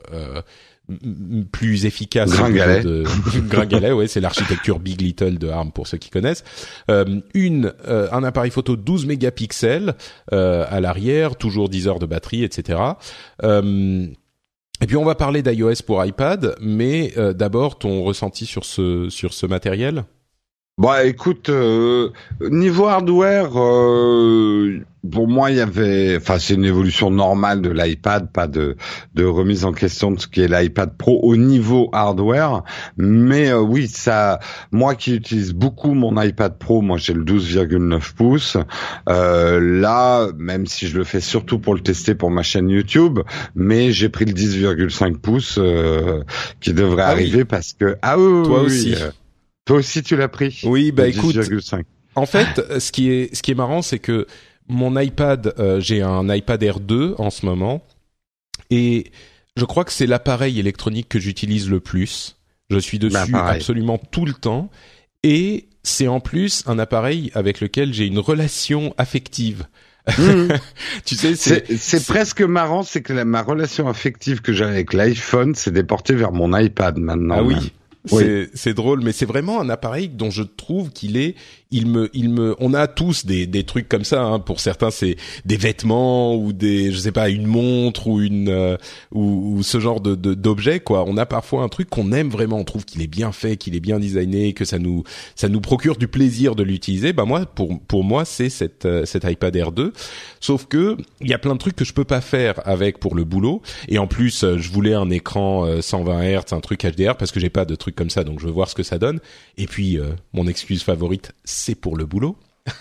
plus efficace. Gringalet, ouais, c'est l'architecture Big Little de ARM pour ceux qui connaissent. Un appareil photo 12 mégapixels à l'arrière, toujours 10 heures de batterie, etc. Et puis on va parler d'iOS pour iPad, mais d'abord ton ressenti sur ce matériel. Bah écoute, niveau hardware, pour moi il y avait, enfin c'est une évolution normale de l'iPad, pas de remise en question de ce qui est l'iPad Pro au niveau hardware, mais oui ça, moi qui utilise beaucoup mon iPad Pro, moi j'ai le 12,9 pouces, là même si je le fais surtout pour le tester pour ma chaîne YouTube, mais j'ai pris le 10,5 pouces qui devrait arriver parce que toi aussi. Toi aussi, tu l'as pris. Oui, bah écoute, en fait, ce qui est marrant, c'est que mon iPad, j'ai un iPad Air 2 en ce moment, et je crois que c'est l'appareil électronique que j'utilise le plus. Je suis dessus absolument tout le temps, et c'est en plus un appareil avec lequel j'ai une relation affective. Tu sais, c'est presque marrant, c'est que ma relation affective que j'ai avec l'iPhone s'est déportée vers mon iPad maintenant. Ah oui. C'est drôle, mais c'est vraiment un appareil dont je trouve on a tous des trucs comme ça, hein. Pour certains, c'est des vêtements ou je sais pas, une montre ou ou ce genre d'objet, quoi. On a parfois un truc qu'on aime vraiment, on trouve qu'il est bien fait, qu'il est bien designé, que ça nous procure du plaisir de l'utiliser. Bah moi, pour moi, c'est cet iPad Air 2. Sauf que il y a plein de trucs que je peux pas faire avec pour le boulot. Et en plus, je voulais un écran 120 Hz, un truc HDR, parce que j'ai pas de truc comme ça, donc je veux voir ce que ça donne. Et puis, mon excuse favorite, c'est pour le boulot.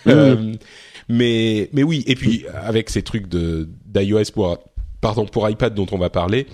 Mais oui, et puis avec ces trucs d'iOS pour iPad dont on va parler,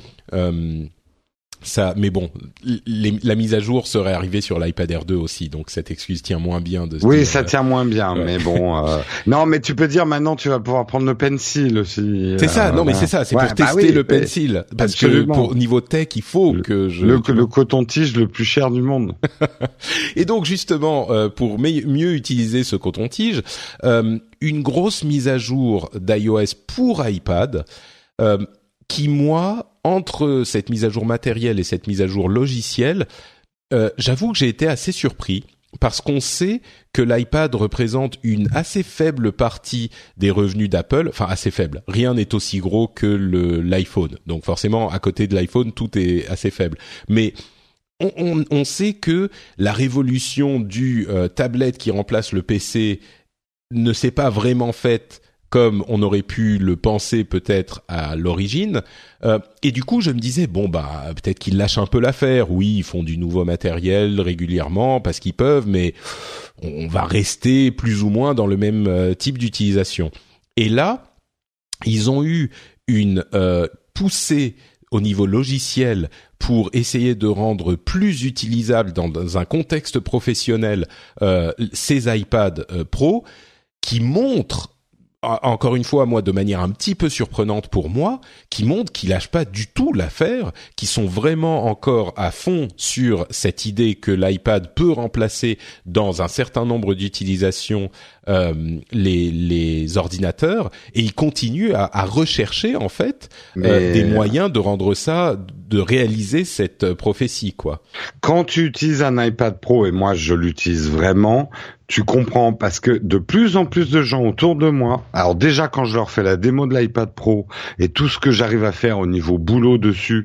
ça, mais bon, la mise à jour serait arrivée sur l'iPad Air 2 aussi, donc cette excuse tient moins bien de se Oui, dire, ça tient moins bien, mais bon, non, mais tu peux dire maintenant tu vas pouvoir prendre le Pencil aussi. C'est ça, non, mais c'est ça, c'est pour tester le Pencil, parce absolument. que pour niveau tech, il faut que le coton-tige le plus cher du monde. Et donc justement, pour mieux utiliser ce coton-tige, une grosse mise à jour d'iOS pour iPad, qui moi, entre cette mise à jour matérielle et cette mise à jour logicielle, j'avoue que j'ai été assez surpris parce qu'on sait que l'iPad représente une assez faible partie des revenus d'Apple, enfin assez faible. Rien n'est aussi gros que l'iPhone. Donc forcément, à côté de l'iPhone, tout est assez faible. Mais on sait que la révolution du tablette qui remplace le PC ne s'est pas vraiment faite comme on aurait pu le penser peut-être à l'origine. Et du coup, je me disais, bon, bah, peut-être qu'ils lâchent un peu l'affaire. Oui, ils font du nouveau matériel régulièrement parce qu'ils peuvent, mais on va rester plus ou moins dans le même type d'utilisation. Et là, ils ont eu une poussée au niveau logiciel pour essayer de rendre plus utilisable dans un contexte professionnel ces iPad Pro qui montrent, encore une fois, moi, de manière un petit peu surprenante pour moi, qui montrent qu'ils lâchent pas du tout l'affaire, qui sont vraiment encore à fond sur cette idée que l'iPad peut remplacer dans un certain nombre d'utilisations les ordinateurs, et ils continuent à rechercher en fait des moyens de rendre ça, de réaliser cette prophétie, quoi. Quand tu utilises un iPad Pro, et moi je l'utilise vraiment, tu comprends, parce que de plus en plus de gens autour de moi, alors déjà quand je leur fais la démo de l'iPad Pro et tout ce que j'arrive à faire au niveau boulot dessus,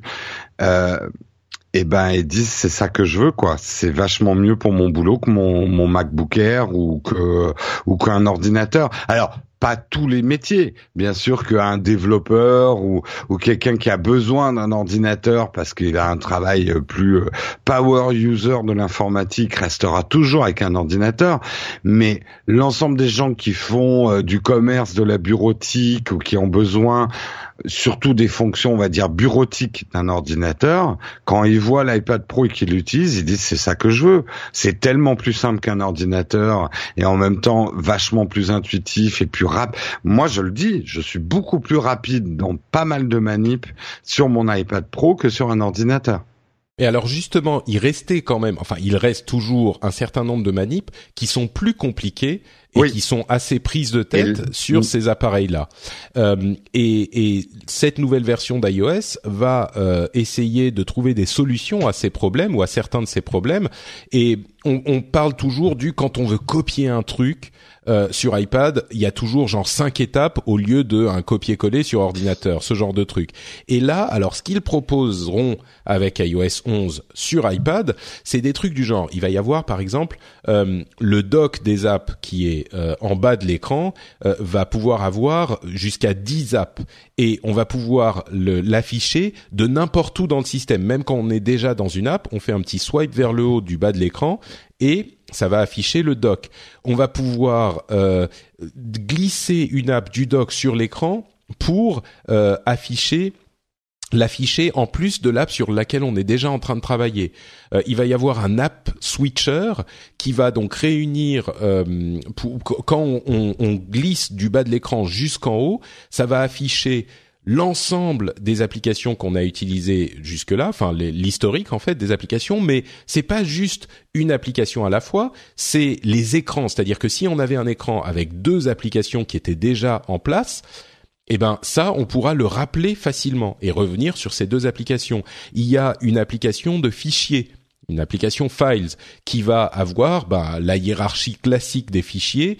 eh ben ils disent c'est ça que je veux, quoi. C'est vachement mieux pour mon boulot que mon MacBook Air ou qu'un ordinateur. Alors pas tous les métiers, bien sûr qu'un développeur ou quelqu'un qui a besoin d'un ordinateur parce qu'il a un travail plus power user de l'informatique restera toujours avec un ordinateur, mais l'ensemble des gens qui font du commerce, de la bureautique ou qui ont besoin surtout des fonctions, on va dire, bureautiques d'un ordinateur, quand ils voient l'iPad Pro et qu'ils l'utilisent, ils disent c'est ça que je veux. C'est tellement plus simple qu'un ordinateur et en même temps vachement plus intuitif et plus rapide. Moi, je le dis, je suis beaucoup plus rapide dans pas mal de manips sur mon iPad Pro que sur un ordinateur. Et alors justement, il reste toujours un certain nombre de manips qui sont plus compliqués et qui sont assez prises de tête sur ces appareils-là. Et cette nouvelle version d'iOS va essayer de trouver des solutions à ces problèmes ou à certains de ces problèmes. Et on parle toujours quand on veut copier un truc sur iPad, il y a toujours genre 5 étapes au lieu de un copier-coller sur ordinateur, ce genre de truc. Et là, alors ce qu'ils proposeront avec iOS 11 sur iPad, c'est des trucs du genre, il va y avoir par exemple le dock des apps qui est en bas de l'écran va pouvoir avoir jusqu'à 10 apps et on va pouvoir l'afficher de n'importe où dans le système, même quand on est déjà dans une app, on fait un petit swipe vers le haut du bas de l'écran et ça va afficher le dock. On va pouvoir glisser une app du dock sur l'écran pour l'afficher en plus de l'app sur laquelle on est déjà en train de travailler. Il va y avoir un app switcher qui va donc réunir quand on glisse du bas de l'écran jusqu'en haut, ça va afficher l'ensemble des applications qu'on a utilisées jusque-là, enfin l'historique en fait des applications, mais c'est pas juste une application à la fois, c'est les écrans, c'est-à-dire que si on avait un écran avec 2 applications qui étaient déjà en place, eh ben ça on pourra le rappeler facilement et revenir sur ces 2 applications. Il y a une application de fichiers, une application Files qui va avoir la hiérarchie classique des fichiers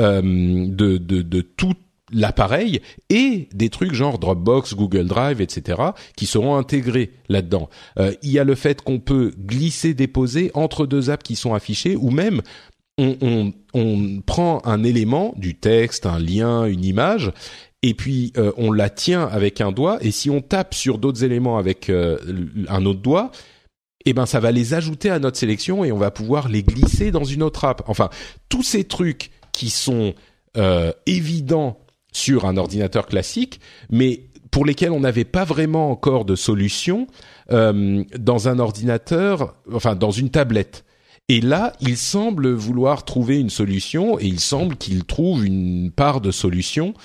de tout l'appareil et des trucs genre Dropbox, Google Drive, etc. qui seront intégrés là-dedans. Il y a le fait qu'on peut glisser, déposer entre 2 apps qui sont affichées ou même on prend un élément du texte, un lien, une image et puis on la tient avec un doigt et si on tape sur d'autres éléments avec un autre doigt, eh ben ça va les ajouter à notre sélection et on va pouvoir les glisser dans une autre app. Enfin, tous ces trucs qui sont évidents sur un ordinateur classique, mais pour lesquels on n'avait pas vraiment encore de solution dans un ordinateur, enfin dans une tablette. Et là, il semble vouloir trouver une solution, et il semble qu'il trouve une part de solution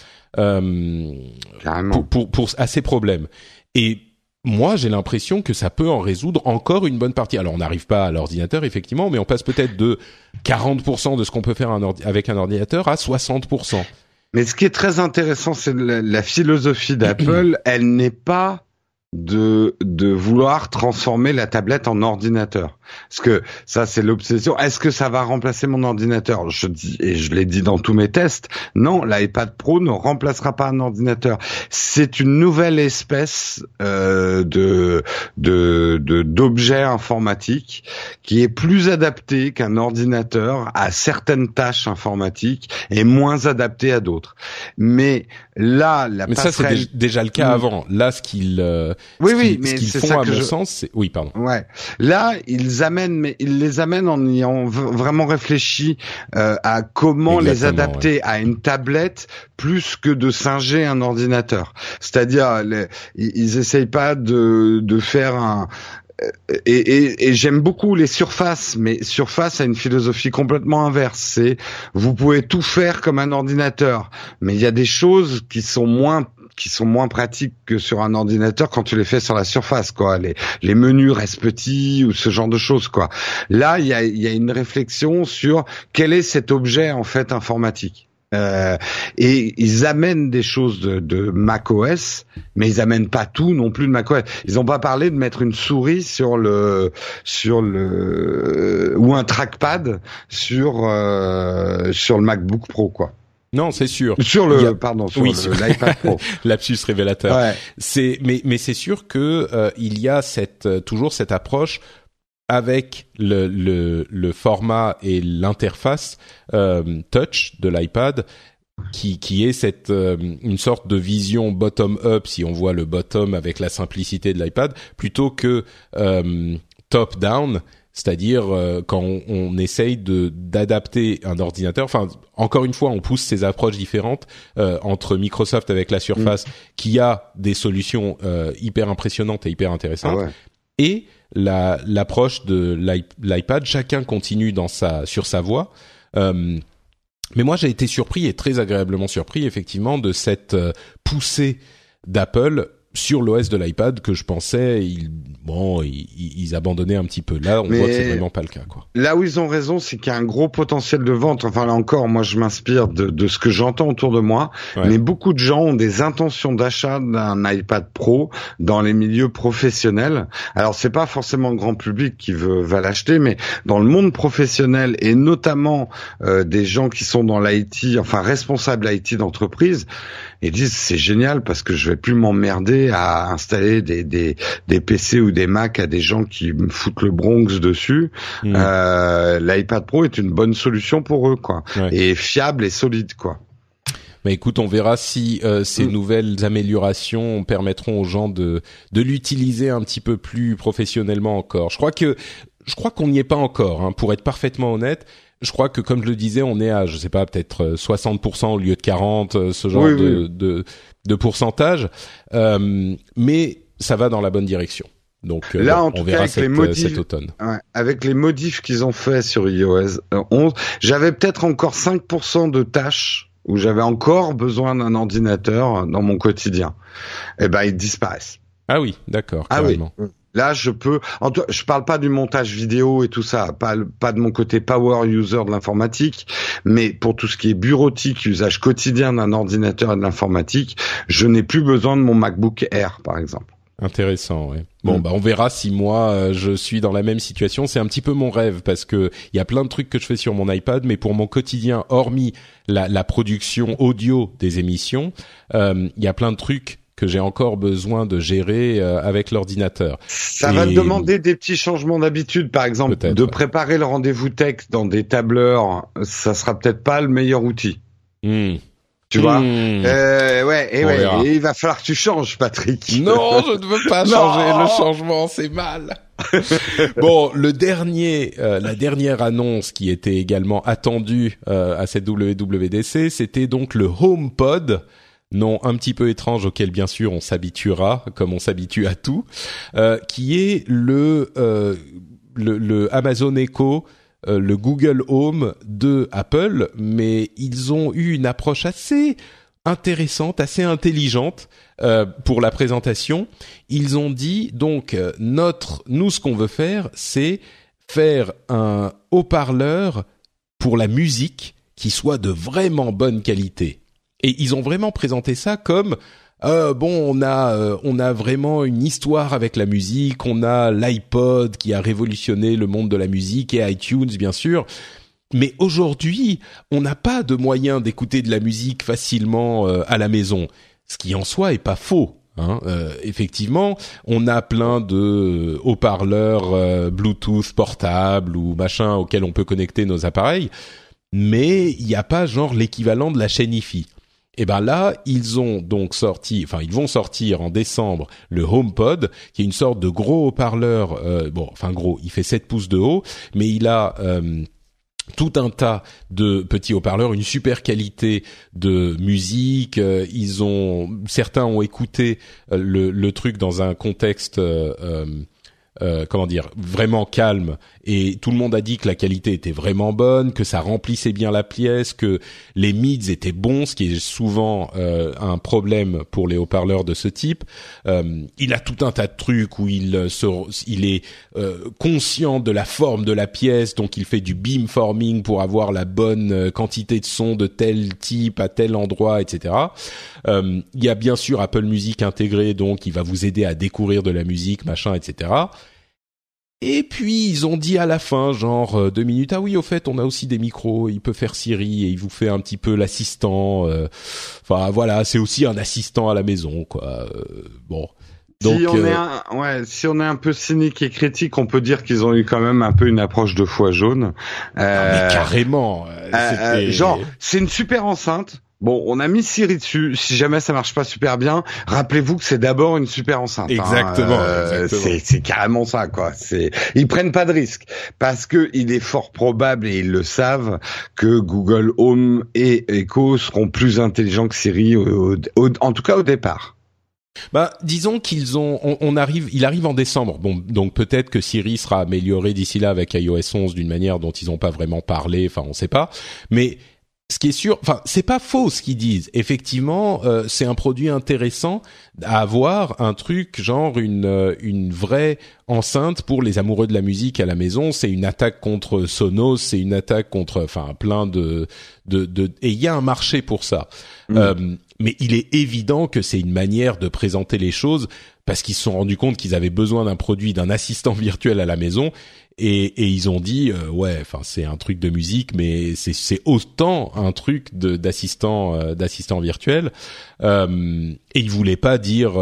pour à ces problèmes. Et moi, j'ai l'impression que ça peut en résoudre encore une bonne partie. Alors, on n'arrive pas à l'ordinateur, effectivement, mais on passe peut-être de 40% de ce qu'on peut faire avec un ordinateur à 60%. Mais ce qui est très intéressant, c'est la philosophie d'Apple. Elle n'est pas de vouloir transformer la tablette en ordinateur. Parce que ça, c'est l'obsession. Est-ce que ça va remplacer mon ordinateur? Je dis, et je l'ai dit dans tous mes tests, non, l'iPad Pro ne remplacera pas un ordinateur. C'est une nouvelle espèce d'objet informatique qui est plus adapté qu'un ordinateur à certaines tâches informatiques et moins adapté à d'autres. Mais là, mais ça, c'est déjà le cas avant. Là, ce qu'ils font, à mon sens, c'est... Oui, pardon. Ouais. Là, ils les amènent en ayant vraiment réfléchi à comment les adapter à une tablette plus que de singer un ordinateur. C'est-à-dire, ils essayent pas de faire un... Et j'aime beaucoup les Surface, mais Surface a une philosophie complètement inverse. C'est, vous pouvez tout faire comme un ordinateur, mais il y a des choses qui sont moins pratiques que sur un ordinateur quand tu les fais sur la Surface, quoi. Les menus restent petits ou ce genre de choses, quoi. Là, il y a une réflexion sur quel est cet objet, en fait, informatique. Et ils amènent des choses de macOS, mais ils amènent pas tout non plus de macOS. Ils ont pas parlé de mettre une souris sur le ou un trackpad sur le MacBook Pro, quoi. Non, c'est sûr. Sur l'iPad Pro. Lapsus révélateur. Ouais. Mais c'est sûr que il y a toujours cette approche avec le format et l'interface touch de l'iPad qui est une sorte de vision bottom up, si on voit le bottom avec la simplicité de l'iPad, plutôt que top down, C'est-à-dire quand on essaye d'adapter un ordinateur. Enfin, encore une fois, on pousse ces approches différentes entre Microsoft avec la Surface, qui a des solutions hyper impressionnantes et hyper intéressantes, et l'approche de l'iPad. Chacun continue sur sa voie. Mais moi, j'ai été surpris et très agréablement surpris, effectivement, de cette poussée d'Apple sur l'OS de l'iPad que je pensais ils abandonnaient un petit peu. Là, on voit que c'est vraiment pas le cas, quoi. Là où ils ont raison, c'est qu'il y a un gros potentiel de vente. Enfin, là encore, moi, je m'inspire de ce que j'entends autour de moi. Ouais. Mais beaucoup de gens ont des intentions d'achat d'un iPad Pro dans les milieux professionnels. Alors, c'est pas forcément le grand public qui va l'acheter, mais dans le monde professionnel et notamment des gens qui sont dans l'IT, enfin responsables IT d'entreprise, ils disent c'est génial parce que je vais plus m'emmerder à installer des PC ou des Mac à des gens qui me foutent le Bronx dessus. L'iPad Pro est une bonne solution pour eux, quoi. Ouais. Et fiable et solide, quoi. Mais écoute, on verra si ces nouvelles améliorations permettront aux gens de l'utiliser un petit peu plus professionnellement encore. Je crois qu'on n'y est pas encore, hein, pour être parfaitement honnête. Je crois que, comme je le disais, on est à, je sais pas, peut-être 60% au lieu de 40%, ce genre de pourcentage. Mais ça va dans la bonne direction. Donc là, on verra cet automne. Ouais, avec les modifs qu'ils ont fait sur iOS 11, j'avais peut-être encore 5% de tâches où j'avais encore besoin d'un ordinateur dans mon quotidien. Eh ben, ils disparaissent. Ah oui, d'accord, carrément. Oui. Là, je parle pas du montage vidéo et tout ça, pas de mon côté power user de l'informatique, mais pour tout ce qui est bureautique, usage quotidien d'un ordinateur et de l'informatique, je n'ai plus besoin de mon MacBook Air, par exemple. Intéressant, ouais. Bon, on verra si moi je suis dans la même situation. C'est un petit peu mon rêve parce que il y a plein de trucs que je fais sur mon iPad, mais pour mon quotidien, hormis la production audio des émissions, il y a plein de trucs que j'ai encore besoin de gérer avec l'ordinateur. Ça va te demander des petits changements d'habitude, par exemple, de préparer le rendez-vous tech dans des tableurs, ça sera peut-être pas le meilleur outil. Tu vois, et il va falloir que tu changes, Patrick. Non, je ne veux pas changer. Le changement, c'est mal. Bon, la dernière annonce qui était également attendue à cette WWDC, c'était donc le HomePod. Nom un petit peu étrange auquel bien sûr on s'habituera, comme on s'habitue à tout, qui est le Amazon Echo, le Google Home de Apple, mais ils ont eu une approche assez intéressante, assez intelligente pour la présentation. Ils ont dit donc nous ce qu'on veut faire, c'est faire un haut-parleur pour la musique qui soit de vraiment bonne qualité. Et ils ont vraiment présenté ça comme on a vraiment une histoire avec la musique, on a l'iPod qui a révolutionné le monde de la musique et iTunes bien sûr. Mais aujourd'hui, on n'a pas de moyen d'écouter de la musique facilement à la maison, ce qui en soi est pas faux. Effectivement, on a plein de haut-parleurs Bluetooth portables ou machin auxquels on peut connecter nos appareils, mais il n'y a pas genre l'équivalent de la chaîne Hi-Fi. Et ben là, ils vont sortir en décembre le HomePod, qui est une sorte de gros haut-parleur, gros, il fait 7 pouces de haut, mais il a tout un tas de petits haut-parleurs, une super qualité de musique. Certains ont écouté le truc dans un contexte vraiment calme, et tout le monde a dit que la qualité était vraiment bonne, que ça remplissait bien la pièce, que les mids étaient bons, ce qui est souvent un problème pour les haut-parleurs de ce type. Il a tout un tas de trucs où il est conscient de la forme de la pièce, donc il fait du beamforming pour avoir la bonne quantité de son de tel type à tel endroit, etc. Il y a bien sûr Apple Music intégré, donc il va vous aider à découvrir de la musique, machin, etc. Et puis ils ont dit à la fin, genre 2 minutes, ah oui, au fait, on a aussi des micros, il peut faire Siri et il vous fait un petit peu l'assistant. Enfin voilà, c'est aussi un assistant à la maison, quoi. Bon. Donc, si on est un peu cynique et critique, on peut dire qu'ils ont eu quand même un peu une approche de foie jaune. Mais carrément. Genre, c'est une super enceinte. Bon, on a mis Siri dessus. Si jamais ça marche pas super bien, rappelez-vous que c'est d'abord une super enceinte. Exactement. C'est carrément ça, quoi. Ils prennent pas de risque parce que il est fort probable et ils le savent que Google Home et Echo seront plus intelligents que Siri, en tout cas au départ. Bah, disons il arrive en décembre. Bon, donc peut-être que Siri sera amélioré d'ici là avec iOS 11 d'une manière dont ils n'ont pas vraiment parlé. Enfin, on sait pas. Mais ce qui est sûr, enfin, c'est pas faux ce qu'ils disent. Effectivement, c'est un produit intéressant à avoir, un truc genre une vraie enceinte pour les amoureux de la musique à la maison. C'est une attaque contre Sonos, c'est une attaque contre, enfin, plein de et il y a un marché pour ça. Mais il est évident que c'est une manière de présenter les choses parce qu'ils se sont rendus compte qu'ils avaient besoin d'un assistant virtuel à la maison. Et ils ont dit ouais, enfin c'est un truc de musique, mais c'est autant un truc d'assistant virtuel. Et ils voulaient pas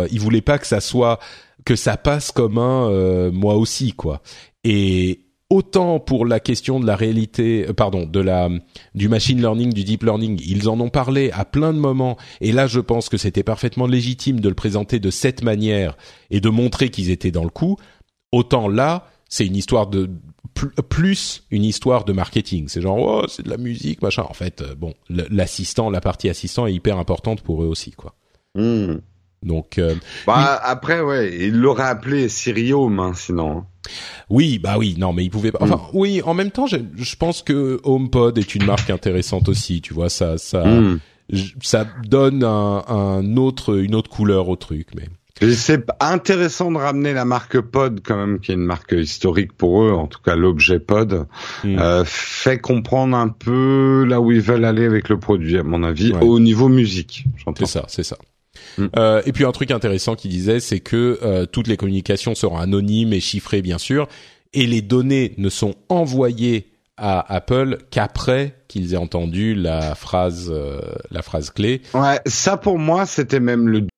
que ça passe comme un moi aussi, quoi. Et autant pour la question de la réalité, du machine learning, du deep learning, ils en ont parlé à plein de moments. Et là, je pense que c'était parfaitement légitime de le présenter de cette manière et de montrer qu'ils étaient dans le coup. Autant là, c'est une histoire plus une histoire de marketing. C'est genre, oh, c'est de la musique, machin. En fait, bon, la partie assistant est hyper importante pour eux aussi, quoi. Donc, après, ouais, il l'aurait appelé Siri Home, sinon. Oui, non, mais il pouvait pas. Enfin, oui, en même temps, je pense que HomePod est une marque intéressante aussi. Tu vois, ça donne une autre couleur au truc, mais. Et c'est intéressant de ramener la marque Pod quand même, qui est une marque historique pour eux, en tout cas l'objet Pod, fait comprendre un peu là où ils veulent aller avec le produit, à mon avis, au niveau musique. C'est ça. Et puis un truc intéressant qu'il disait, c'est que toutes les communications seront anonymes et chiffrées, bien sûr, et les données ne sont envoyées à Apple qu'après qu'ils aient entendu la phrase clé. Ouais, ça pour moi, c'était même le.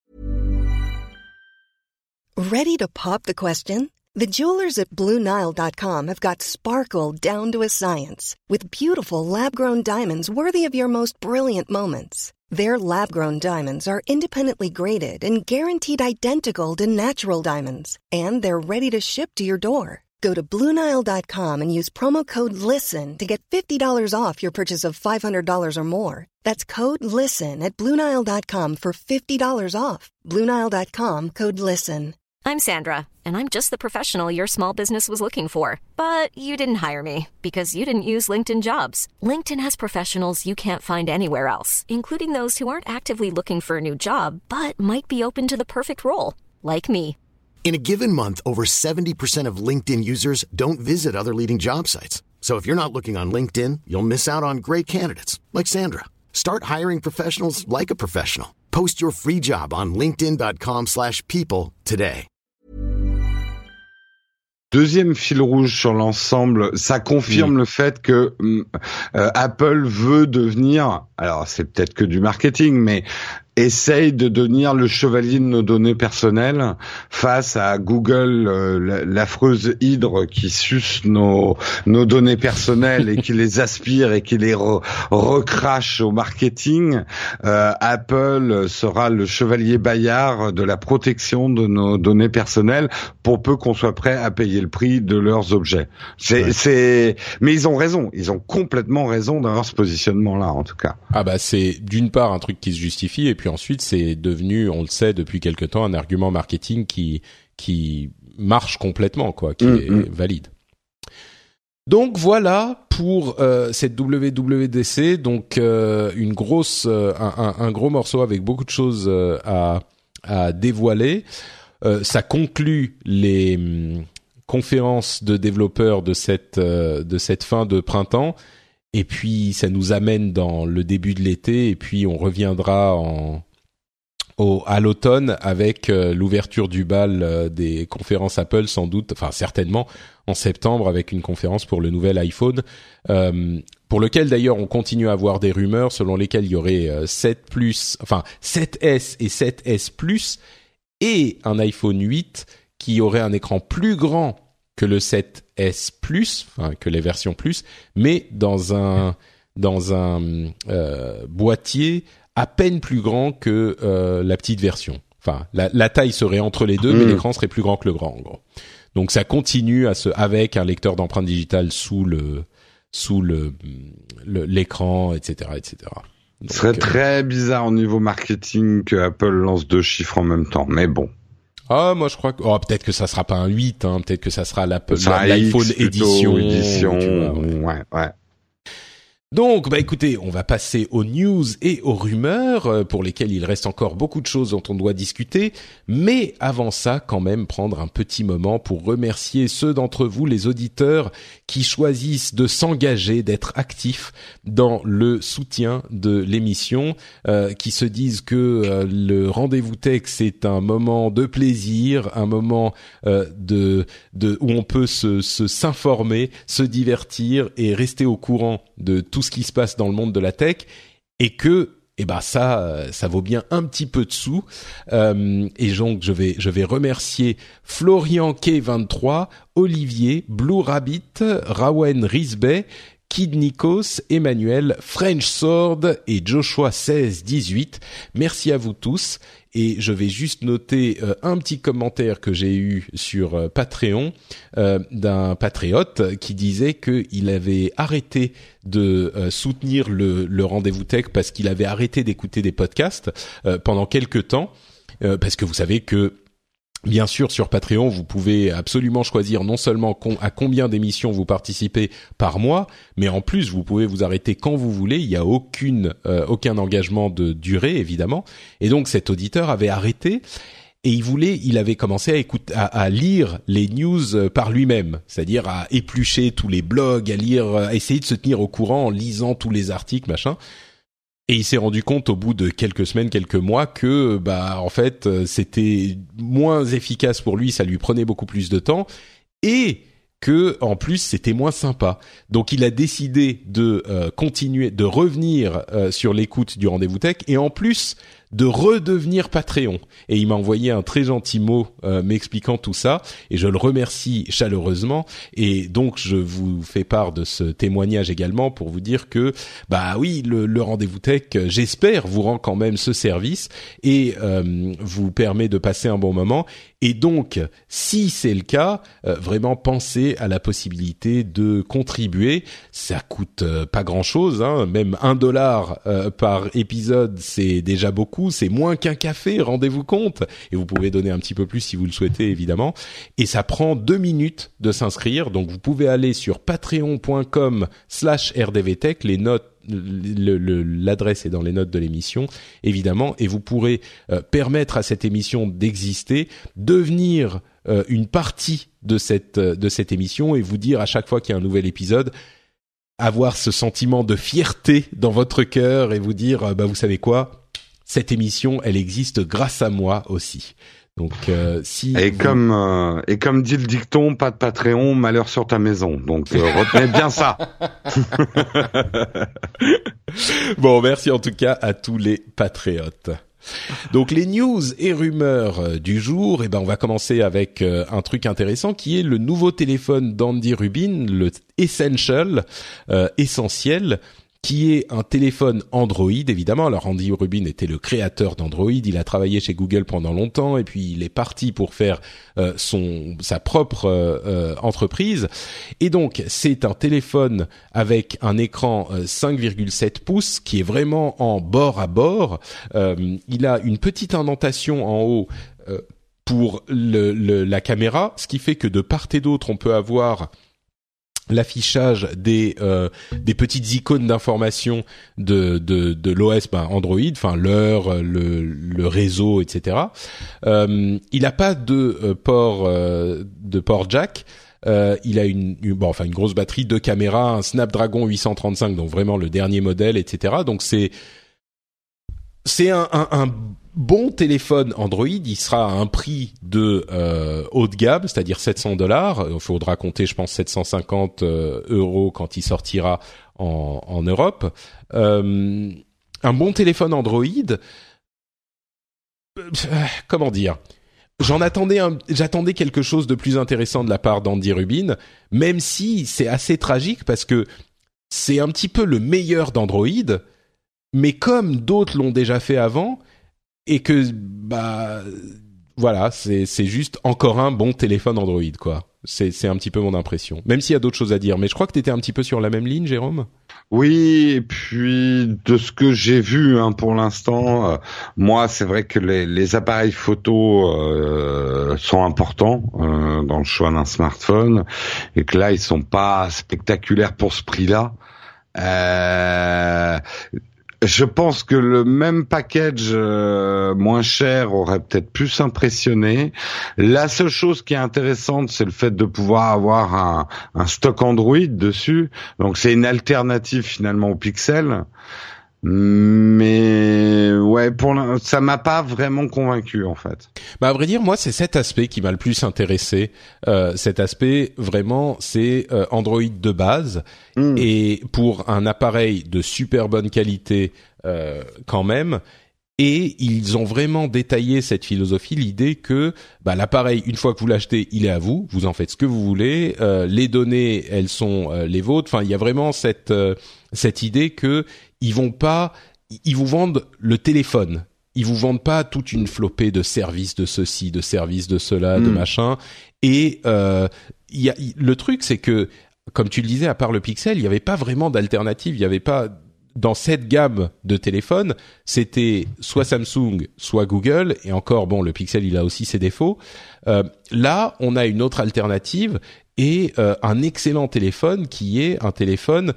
Ready to pop the question? The jewelers at BlueNile.com have got sparkle down to a science with beautiful lab-grown diamonds worthy of your most brilliant moments. Their lab-grown diamonds are independently graded and guaranteed identical to natural diamonds, and they're ready to ship to your door. Go to BlueNile.com and use promo code LISTEN to get $50 off your purchase of $500 or more. That's code LISTEN at BlueNile.com for $50 off. BlueNile.com, code LISTEN. I'm Sandra, and I'm just the professional your small business was looking for. But you didn't hire me because you didn't use LinkedIn Jobs. LinkedIn has professionals you can't find anywhere else, including those who aren't actively looking for a new job, but might be open to the perfect role, like me. In a given month, over 70% of LinkedIn users don't visit other leading job sites. So if you're not looking on LinkedIn, you'll miss out on great candidates like Sandra. Start hiring professionals like a professional. Post your free job on linkedin.com/people today. Deuxième fil rouge sur l'ensemble, ça confirme le fait que Apple veut devenir, alors c'est peut-être que du marketing, mais essaye de devenir le chevalier de nos données personnelles face à Google, l'affreuse hydre qui suce nos données personnelles et qui les aspire et qui les recrache au marketing. Apple sera le chevalier Bayard de la protection de nos données personnelles pour peu qu'on soit prêt à payer le prix de leurs objets. Mais ils ont raison, ils ont complètement raison d'avoir ce positionnement-là, en tout cas. Ah bah c'est d'une part un truc qui se justifie et puis ensuite c'est devenu, on le sait depuis quelque temps, un argument marketing qui marche complètement, quoi, qui est valide. Donc voilà pour cette WWDC, donc une grosse un gros morceau avec beaucoup de choses à dévoiler. Ça conclut les conférences de développeurs de cette fin de printemps. Et puis ça nous amène dans le début de l'été et puis on reviendra à l'automne avec l'ouverture du bal des conférences Apple, sans doute, enfin certainement en septembre avec une conférence pour le nouvel iPhone, pour lequel d'ailleurs on continue à avoir des rumeurs selon lesquelles il y aurait 7S et 7S Plus et un iPhone 8 qui aurait un écran plus grand que le 7S Plus, enfin que les versions Plus, mais dans un boîtier à peine plus grand que la petite version. Enfin, la taille serait entre les deux, mais l'écran serait plus grand que le grand, en gros. Donc ça continue avec un lecteur d'empreintes digitales sous l'écran, etc., etc. Donc, ce serait très bizarre au niveau marketing que Apple lance 2 chiffres en même temps, mais bon. Ah, moi je crois que peut-être que ça sera pas un 8, hein, peut-être que ça sera l'iPhone édition. Ouais. Donc, écoutez, on va passer aux news et aux rumeurs pour lesquelles il reste encore beaucoup de choses dont on doit discuter. Mais avant ça, quand même, prendre un petit moment pour remercier ceux d'entre vous, les auditeurs, qui choisissent de s'engager, d'être actifs dans le soutien de l'émission, qui se disent que le rendez-vous tech, c'est un moment de plaisir, un moment où on peut s'informer, se divertir et rester au courant de tout ce qui se passe dans le monde de la tech, et que ça vaut bien un petit peu de sous. Et donc je vais remercier Florian K23, Olivier, Blue Rabbit, Rawen Risbey, Kid Nikos, Emmanuel, French Sword et Joshua 1618. Merci à vous tous. Et je vais juste noter un petit commentaire que j'ai eu sur Patreon d'un patriote qui disait qu'il avait arrêté de soutenir le rendez-vous tech parce qu'il avait arrêté d'écouter des podcasts pendant quelques temps, parce que vous savez que bien sûr, sur Patreon, vous pouvez absolument choisir non seulement à combien d'émissions vous participez par mois, mais en plus, vous pouvez vous arrêter quand vous voulez. Il n'y a aucun engagement de durée, évidemment. Et donc, cet auditeur avait arrêté et il avait commencé à lire les news par lui-même, c'est-à-dire à éplucher tous les blogs, à essayer de se tenir au courant en lisant tous les articles, machin. Et il s'est rendu compte au bout de quelques semaines, quelques mois que en fait c'était moins efficace pour lui, ça lui prenait beaucoup plus de temps et que en plus c'était moins sympa. Donc il a décidé de continuer, de revenir sur l'écoute du rendez-vous tech et en plus de redevenir Patreon. Et il m'a envoyé un très gentil mot m'expliquant tout ça et je le remercie chaleureusement. Et donc je vous fais part de ce témoignage également pour vous dire que oui, le rendez-vous tech, j'espère, vous rend quand même ce service et vous permet de passer un bon moment. Et donc, si c'est le cas, vraiment pensez à la possibilité de contribuer. Ça coûte pas grand-chose, hein, même $1 par épisode, c'est déjà beaucoup. C'est moins qu'un café, rendez-vous compte. Et vous pouvez donner un petit peu plus si vous le souhaitez, évidemment. Et ça prend 2 minutes de s'inscrire. Donc, vous pouvez aller sur patreon.com/rdvtech. Les notes, l'adresse est dans les notes de l'émission, évidemment. Et vous pourrez permettre à cette émission d'exister, devenir une partie de cette émission et vous dire à chaque fois qu'il y a un nouvel épisode, avoir ce sentiment de fierté dans votre cœur et vous dire, vous savez quoi, cette émission, elle existe grâce à moi aussi. Donc, comme dit le dicton, pas de Patreon, malheur sur ta maison. Donc, retenez bien ça. Bon, merci en tout cas à tous les patriotes. Donc les news et rumeurs du jour, on va commencer avec un truc intéressant qui est le nouveau téléphone d'Andy Rubin, le Essential, essentiel, qui est un téléphone Android, évidemment. Alors, Andy Rubin était le créateur d'Android. Il a travaillé chez Google pendant longtemps et puis il est parti pour faire sa propre entreprise. Et donc, c'est un téléphone avec un écran 5,7 pouces qui est vraiment en bord à bord. Il a une petite indentation en haut pour la caméra, ce qui fait que de part et d'autre, on peut avoir l'affichage des petites icônes d'information de l'OS Android, enfin l'heure, le réseau, etc. Il n'a pas de port jack. Il a une grosse batterie, 2 caméras, un Snapdragon 835, donc vraiment le dernier modèle, etc. Donc c'est un bon téléphone Android. Il sera à un prix de haut de gamme, c'est-à-dire $700. Il faudra compter, je pense, 750 € quand il sortira en Europe. Un bon téléphone Android, comment dire, j'attendais quelque chose de plus intéressant de la part d'Andy Rubin, même si c'est assez tragique parce que c'est un petit peu le meilleur d'Android, mais comme d'autres l'ont déjà fait avant, et que voilà, c'est juste encore un bon téléphone Android, quoi. C'est un petit peu mon impression. Même s'il y a d'autres choses à dire, mais je crois que t'étais un petit peu sur la même ligne, Jérôme. Oui, et puis de ce que j'ai vu pour l'instant, moi c'est vrai que les appareils photo sont importants dans le choix d'un smartphone, et que là ils sont pas spectaculaires pour ce prix-là. Je pense que le même package moins cher aurait peut-être plus impressionné. La seule chose qui est intéressante, c'est le fait de pouvoir avoir un stock Android dessus. Donc c'est une alternative finalement au Pixel. Mais ouais, ça m'a pas vraiment convaincu en fait. À vrai dire, moi c'est cet aspect qui m'a le plus intéressé. Cet aspect vraiment, c'est Android de base et pour un appareil de super bonne qualité quand même. Et ils ont vraiment détaillé cette philosophie, l'idée que l'appareil, une fois que vous l'achetez, il est à vous, vous en faites ce que vous voulez, les données, elles sont les vôtres. Enfin, il y a vraiment cette idée que ils vous vendent le téléphone. Ils vous vendent pas toute une flopée de services de ceci, de services de cela, de machin. Et le truc, c'est que, comme tu le disais, à part le Pixel, il y avait pas vraiment d'alternative. Il y avait pas dans cette gamme de téléphones, c'était soit Samsung, soit Google. Et encore, bon, le Pixel, il a aussi ses défauts. Là, on a une autre alternative et un excellent téléphone qui est un téléphone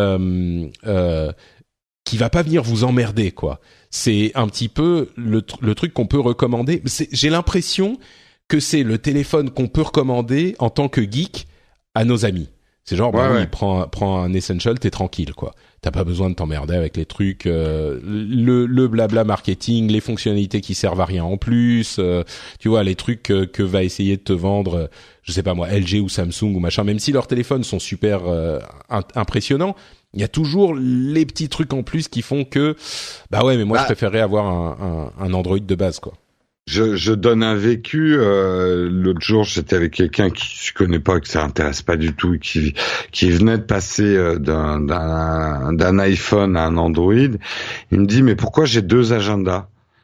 qui va pas venir vous emmerder, quoi. C'est un petit peu le truc qu'on peut recommander. J'ai l'impression que c'est le téléphone qu'on peut recommander en tant que geek à nos amis. C'est genre, oui, prends un Essential, t'es tranquille, quoi. T'as pas besoin de t'emmerder avec les trucs, le blabla marketing, les fonctionnalités qui servent à rien en plus, tu vois, les trucs que va essayer de te vendre, je sais pas moi, LG ou Samsung ou machin, même si leurs téléphones sont super impressionnants, il y a toujours les petits trucs en plus qui font que, mais moi je préférerais avoir un Android de base, quoi. Je donne un vécu. L'autre jour, j'étais avec quelqu'un qui je connais pas, que ça intéresse pas du tout, qui venait de passer d'un iPhone à un Android. Il me dit, mais pourquoi j'ai 2 agendas?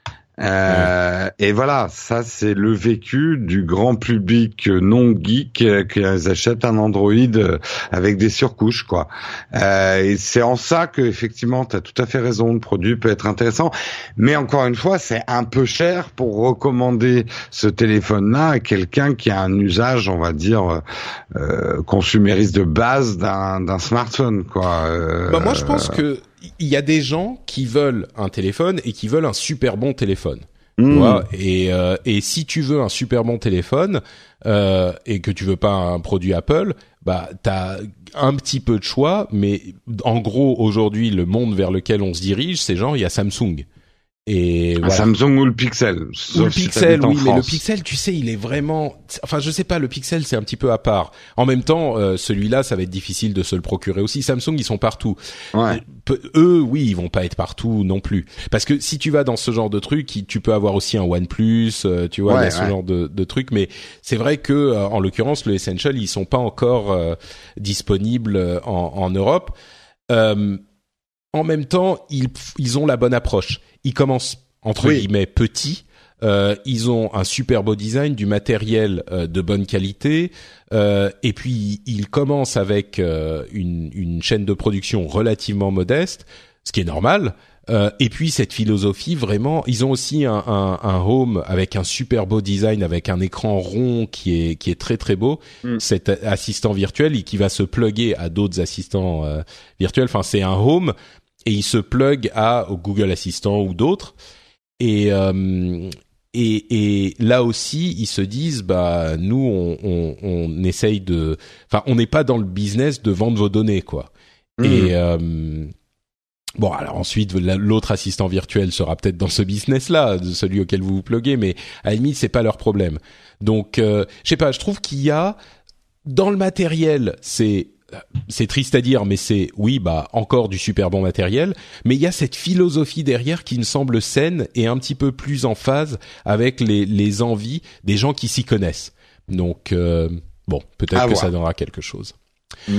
Et voilà, ça c'est le vécu du grand public non geek qui achètent un Android avec des surcouches, quoi. Et c'est en ça que effectivement t'as tout à fait raison, le produit peut être intéressant, mais encore une fois c'est un peu cher pour recommander ce téléphone-là à quelqu'un qui a un usage, on va dire consumériste de base d'un smartphone, quoi. Moi je pense que il y a des gens qui veulent un téléphone et qui veulent un super bon téléphone. Tu vois, et si tu veux un super bon téléphone et que tu veux pas un produit Apple, t'as un petit peu de choix, mais en gros aujourd'hui le monde vers lequel on se dirige, c'est genre il y a Samsung. Et voilà. Samsung ou le Pixel. Ou le Pixel, oui, mais le Pixel, tu sais, il est vraiment, enfin, je sais pas, le Pixel, c'est un petit peu à part. En même temps, celui-là, ça va être difficile de se le procurer aussi. Samsung, ils sont partout. Ouais. Eux, oui, ils vont pas être partout non plus. Parce que si tu vas dans ce genre de truc, tu peux avoir aussi un OnePlus, tu vois, il y a ce genre de truc. Mais c'est vrai que, en l'occurrence, le Essential, ils sont pas encore disponibles en Europe. En même temps, ils ont la bonne approche. Ils commencent entre guillemets petits. Ils ont un super beau design, du matériel de bonne qualité, et puis ils commencent avec une chaîne de production relativement modeste, ce qui est normal. Et puis cette philosophie, vraiment, ils ont aussi un home avec un super beau design, avec un écran rond qui est très très beau. Cet assistant virtuel qui va se plugger à d'autres assistants virtuels. Enfin, c'est un home et il se plug au Google Assistant ou d'autres. Et là aussi, ils se disent, nous, on essaye de, enfin, on n'est pas dans le business de vendre vos données, quoi. Et bon, alors ensuite, l'autre assistant virtuel sera peut-être dans ce business-là, de celui auquel vous vous pluguez, mais à la limite, c'est pas leur problème. Donc, je sais pas, je trouve qu'il y a dans le matériel, c'est triste à dire, mais c'est encore du super bon matériel, mais il y a cette philosophie derrière qui me semble saine et un petit peu plus en phase avec les envies des gens qui s'y connaissent. Donc bon, peut-être que ça donnera quelque chose.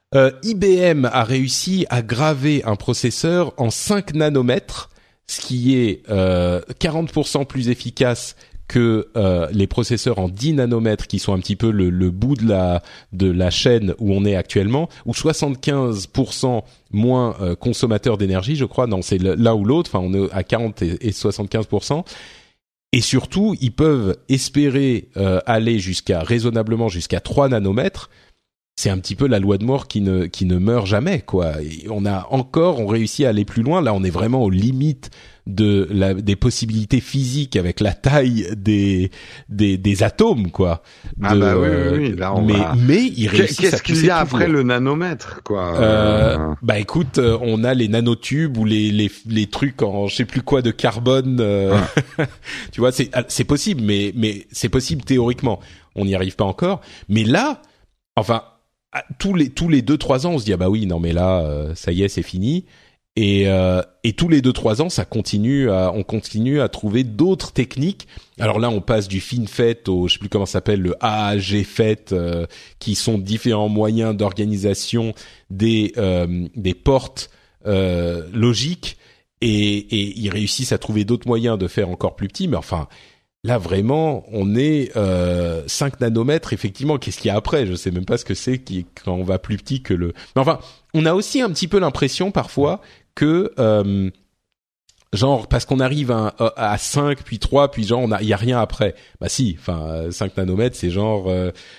IBM a réussi à graver un processeur en 5 nanomètres, ce qui est 40% plus efficace que les processeurs en 10 nanomètres qui sont un petit peu le bout de la chaîne où on est actuellement, ou 75% moins consommateur d'énergie, je crois. Non, c'est l'un ou l'autre. Enfin, on est à 40 et 75%. Et surtout, ils peuvent espérer aller raisonnablement jusqu'à 3 nanomètres. C'est un petit peu la loi de Moore qui ne meurt jamais, quoi. Et on réussit à aller plus loin. Là, on est vraiment aux limites des possibilités physiques avec la taille des atomes, quoi. Oui. Là, mais ils réussissent. Qu'est-ce qu'il y a après le nanomètre, quoi? Écoute, on a les nanotubes ou les trucs en je sais plus quoi de carbone. Tu vois, c'est possible, mais c'est possible théoriquement. On n'y arrive pas encore. Mais là, enfin. Tous les 2-3 ans, on se dit ah bah oui, non mais là ça y est, c'est fini. Et tous les 2-3 ans, on continue à trouver d'autres techniques. Alors là, on passe du FinFET au je sais plus comment ça s'appelle, le AAGFET, qui sont différents moyens d'organisation des portes logiques, et ils réussissent à trouver d'autres moyens de faire encore plus petit. Mais enfin, là, vraiment, on est 5 nanomètres. Effectivement, qu'est-ce qu'il y a après ? Je sais même pas ce que c'est quand on va plus petit que le... Mais enfin, on a aussi un petit peu l'impression parfois que... genre, parce qu'on arrive à 5, puis 3, puis genre, il y a rien après. Bah si, enfin, 5 nanomètres, c'est genre...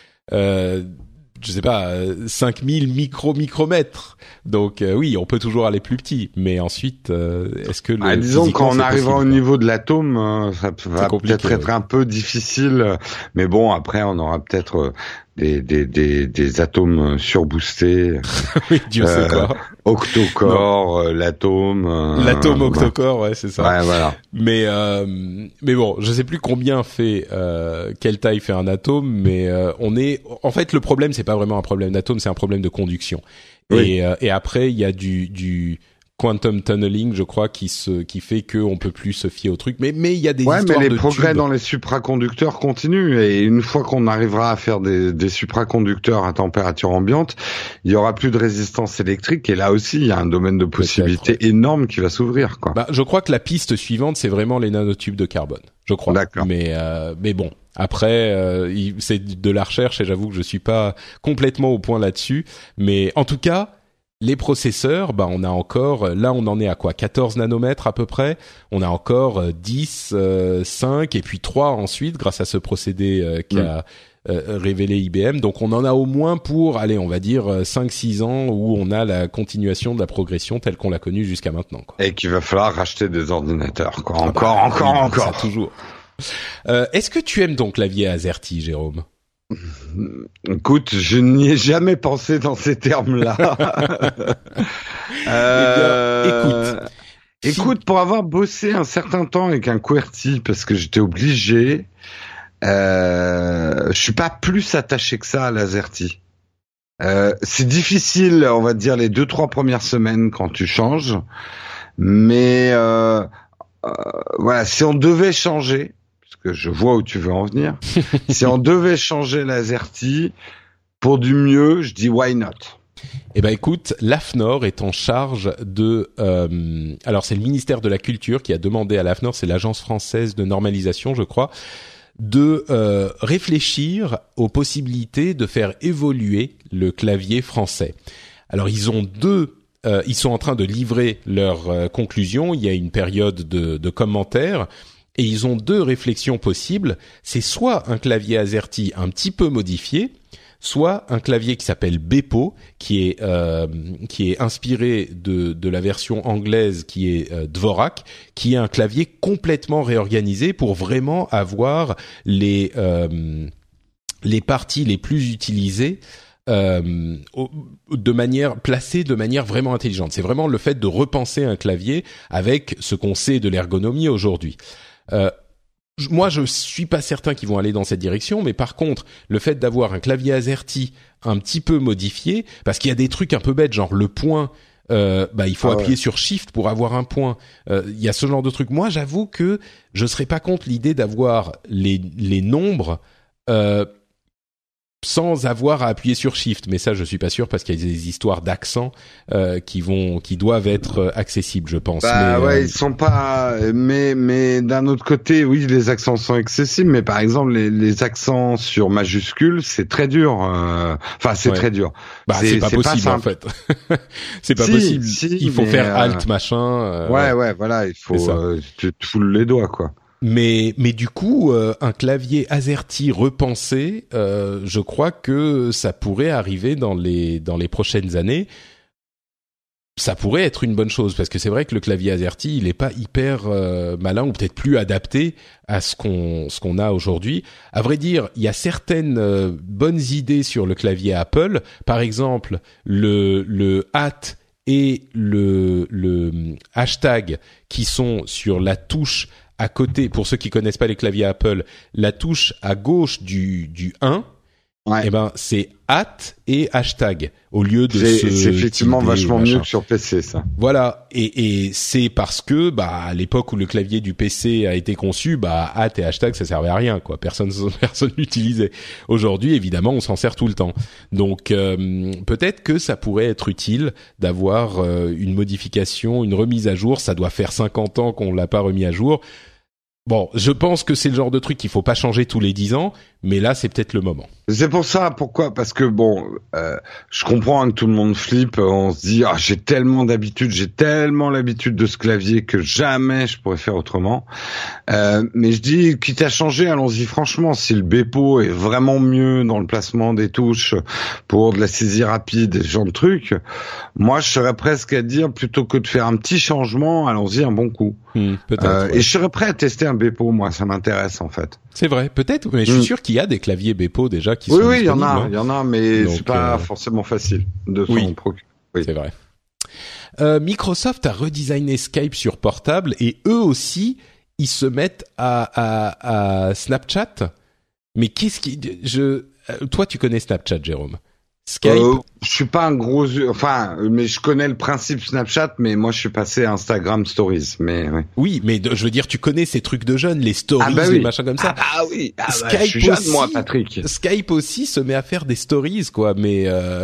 je sais pas, 5000 micromètres. Donc oui, on peut toujours aller plus petit, mais ensuite est-ce que disons quand on arrivera au niveau de l'atome, ça va peut-être être un peu difficile, mais bon, après on aura peut-être des atomes surboostés. Oui, Dieu sait quoi. Octocore, l'atome octocore, ouais, c'est ça. Ouais, voilà. Mais bon, je sais plus combien quelle taille fait un atome, mais en fait, le problème c'est pas vraiment un problème d'atome, c'est un problème de conduction. Oui. Et après il y a du quantum tunneling, je crois, qui fait que on peut plus se fier au truc. Mais il y a des histoires de mais les progrès dans les supraconducteurs continuent, et une fois qu'on arrivera à faire des supraconducteurs à température ambiante, il y aura plus de résistance électrique, et là aussi il y a un domaine de possibilités énorme qui va s'ouvrir, quoi. Bah, je crois que la piste suivante, c'est vraiment les nanotubes de carbone, je crois. D'accord. Mais bon. Après, c'est de la recherche, et j'avoue que je suis pas complètement au point là-dessus. Mais en tout cas, les processeurs, bah on a encore, là on en est à quoi, 14 nanomètres à peu près. On a encore 10, 5 et puis 3 ensuite grâce à ce procédé qu'a révélé IBM. Donc on en a au moins pour, allez, on va dire 5-6 ans où on a la continuation de la progression telle qu'on l'a connue jusqu'à maintenant, quoi. Et qu'il va falloir racheter des ordinateurs, quoi. Encore. Ça, toujours. Est-ce que tu aimes ton clavier AZERTY, Jérôme ? Écoute, je n'y ai jamais pensé dans ces termes-là. Écoute, pour avoir bossé un certain temps avec un QWERTY, parce que j'étais obligé, je suis pas plus attaché que ça à l'AZERTY. C'est difficile, on va dire, les 2-3 premières semaines quand tu changes, mais voilà, si on devait changer, que je vois où tu veux en venir. Si on devait changer l'AZERTY pour du mieux, je dis why not. Eh ben écoute, l'AFNOR est en charge de... alors c'est le ministère de la Culture qui a demandé à l'AFNOR, c'est l'Agence française de normalisation, je crois, de réfléchir aux possibilités de faire évoluer le clavier français. Alors ils sont en train de livrer leurs conclusions. Il y a une période de commentaires. Et ils ont 2 réflexions possibles. C'est soit un clavier AZERTY un petit peu modifié, soit un clavier qui s'appelle Bepo, qui est inspiré de la version anglaise qui est Dvorak, qui est un clavier complètement réorganisé pour vraiment avoir les parties les plus utilisées placées de manière vraiment intelligente. C'est vraiment le fait de repenser un clavier avec ce qu'on sait de l'ergonomie aujourd'hui. Moi, je suis pas certain qu'ils vont aller dans cette direction, mais par contre, le fait d'avoir un clavier AZERTY un petit peu modifié, parce qu'il y a des trucs un peu bêtes, genre le point, il faut appuyer sur Shift pour avoir un point. Il y a ce genre de trucs. Moi, j'avoue que je serais pas contre l'idée d'avoir les nombres sans avoir à appuyer sur Shift, mais ça je suis pas sûr parce qu'il y a des histoires d'accent qui doivent être accessibles, je pense. Ils sont pas. Mais d'un autre côté, oui, les accents sont accessibles, mais par exemple les accents sur majuscules, c'est très dur. C'est très dur. C'est pas possible en fait. C'est pas possible. Il faut faire Alt machin. Voilà, il faut. Tu te foules les doigts quoi. Mais du coup, un clavier AZERTY repensé, je crois que ça pourrait arriver dans les prochaines années. Ça pourrait être une bonne chose parce que c'est vrai que le clavier AZERTY, il est pas hyper malin ou peut-être plus adapté à ce qu'on a aujourd'hui. À vrai dire, il y a certaines bonnes idées sur le clavier Apple. Par exemple, le @ et le hashtag qui sont sur la touche à côté, pour ceux qui connaissent pas les claviers Apple, la touche à gauche du 1, c'est @ et hashtag au lieu de c'est effectivement vachement mieux que sur PC ça. Voilà, et c'est parce que à l'époque où le clavier du PC a été conçu, @ et hashtag ça servait à rien quoi, personne l'utilisait. Aujourd'hui, évidemment, on s'en sert tout le temps. Donc peut-être que ça pourrait être utile d'avoir une modification, une remise à jour, ça doit faire 50 ans qu'on l'a pas remis à jour. Bon, je pense que c'est le genre de truc qu'il faut pas changer tous les 10 ans, mais là, c'est peut-être le moment. C'est pour ça, pourquoi ? Parce que je comprends que tout le monde flippe, on se dit, j'ai tellement l'habitude de ce clavier que jamais je pourrais faire autrement. Mais je dis, quitte à changer, allons-y franchement, si le Bepo est vraiment mieux dans le placement des touches pour de la saisie rapide et ce genre de trucs, moi, je serais presque à dire, plutôt que de faire un petit changement, allons-y un bon coup. Peut-être. Et je serais prêt à tester un Bepo, moi, ça m'intéresse en fait. C'est vrai, peut-être, mais je suis sûr qu'il y a des claviers Bepo déjà qui sont disponibles. Oui, il y en a, mais donc, c'est pas forcément facile de s'en procurer. Oui, c'est vrai. Microsoft a redesigné Skype sur portable et eux aussi, ils se mettent à Snapchat. Mais toi, tu connais Snapchat, Jérôme? Skype. Je suis pas un gros, mais je connais le principe Snapchat, mais moi je suis passé à Instagram Stories, mais ouais. Oui, mais je veux dire, tu connais ces trucs de jeunes, les stories, les machins comme ça. Skype je suis jeune, moi, Patrick. Skype aussi se met à faire des stories, quoi, mais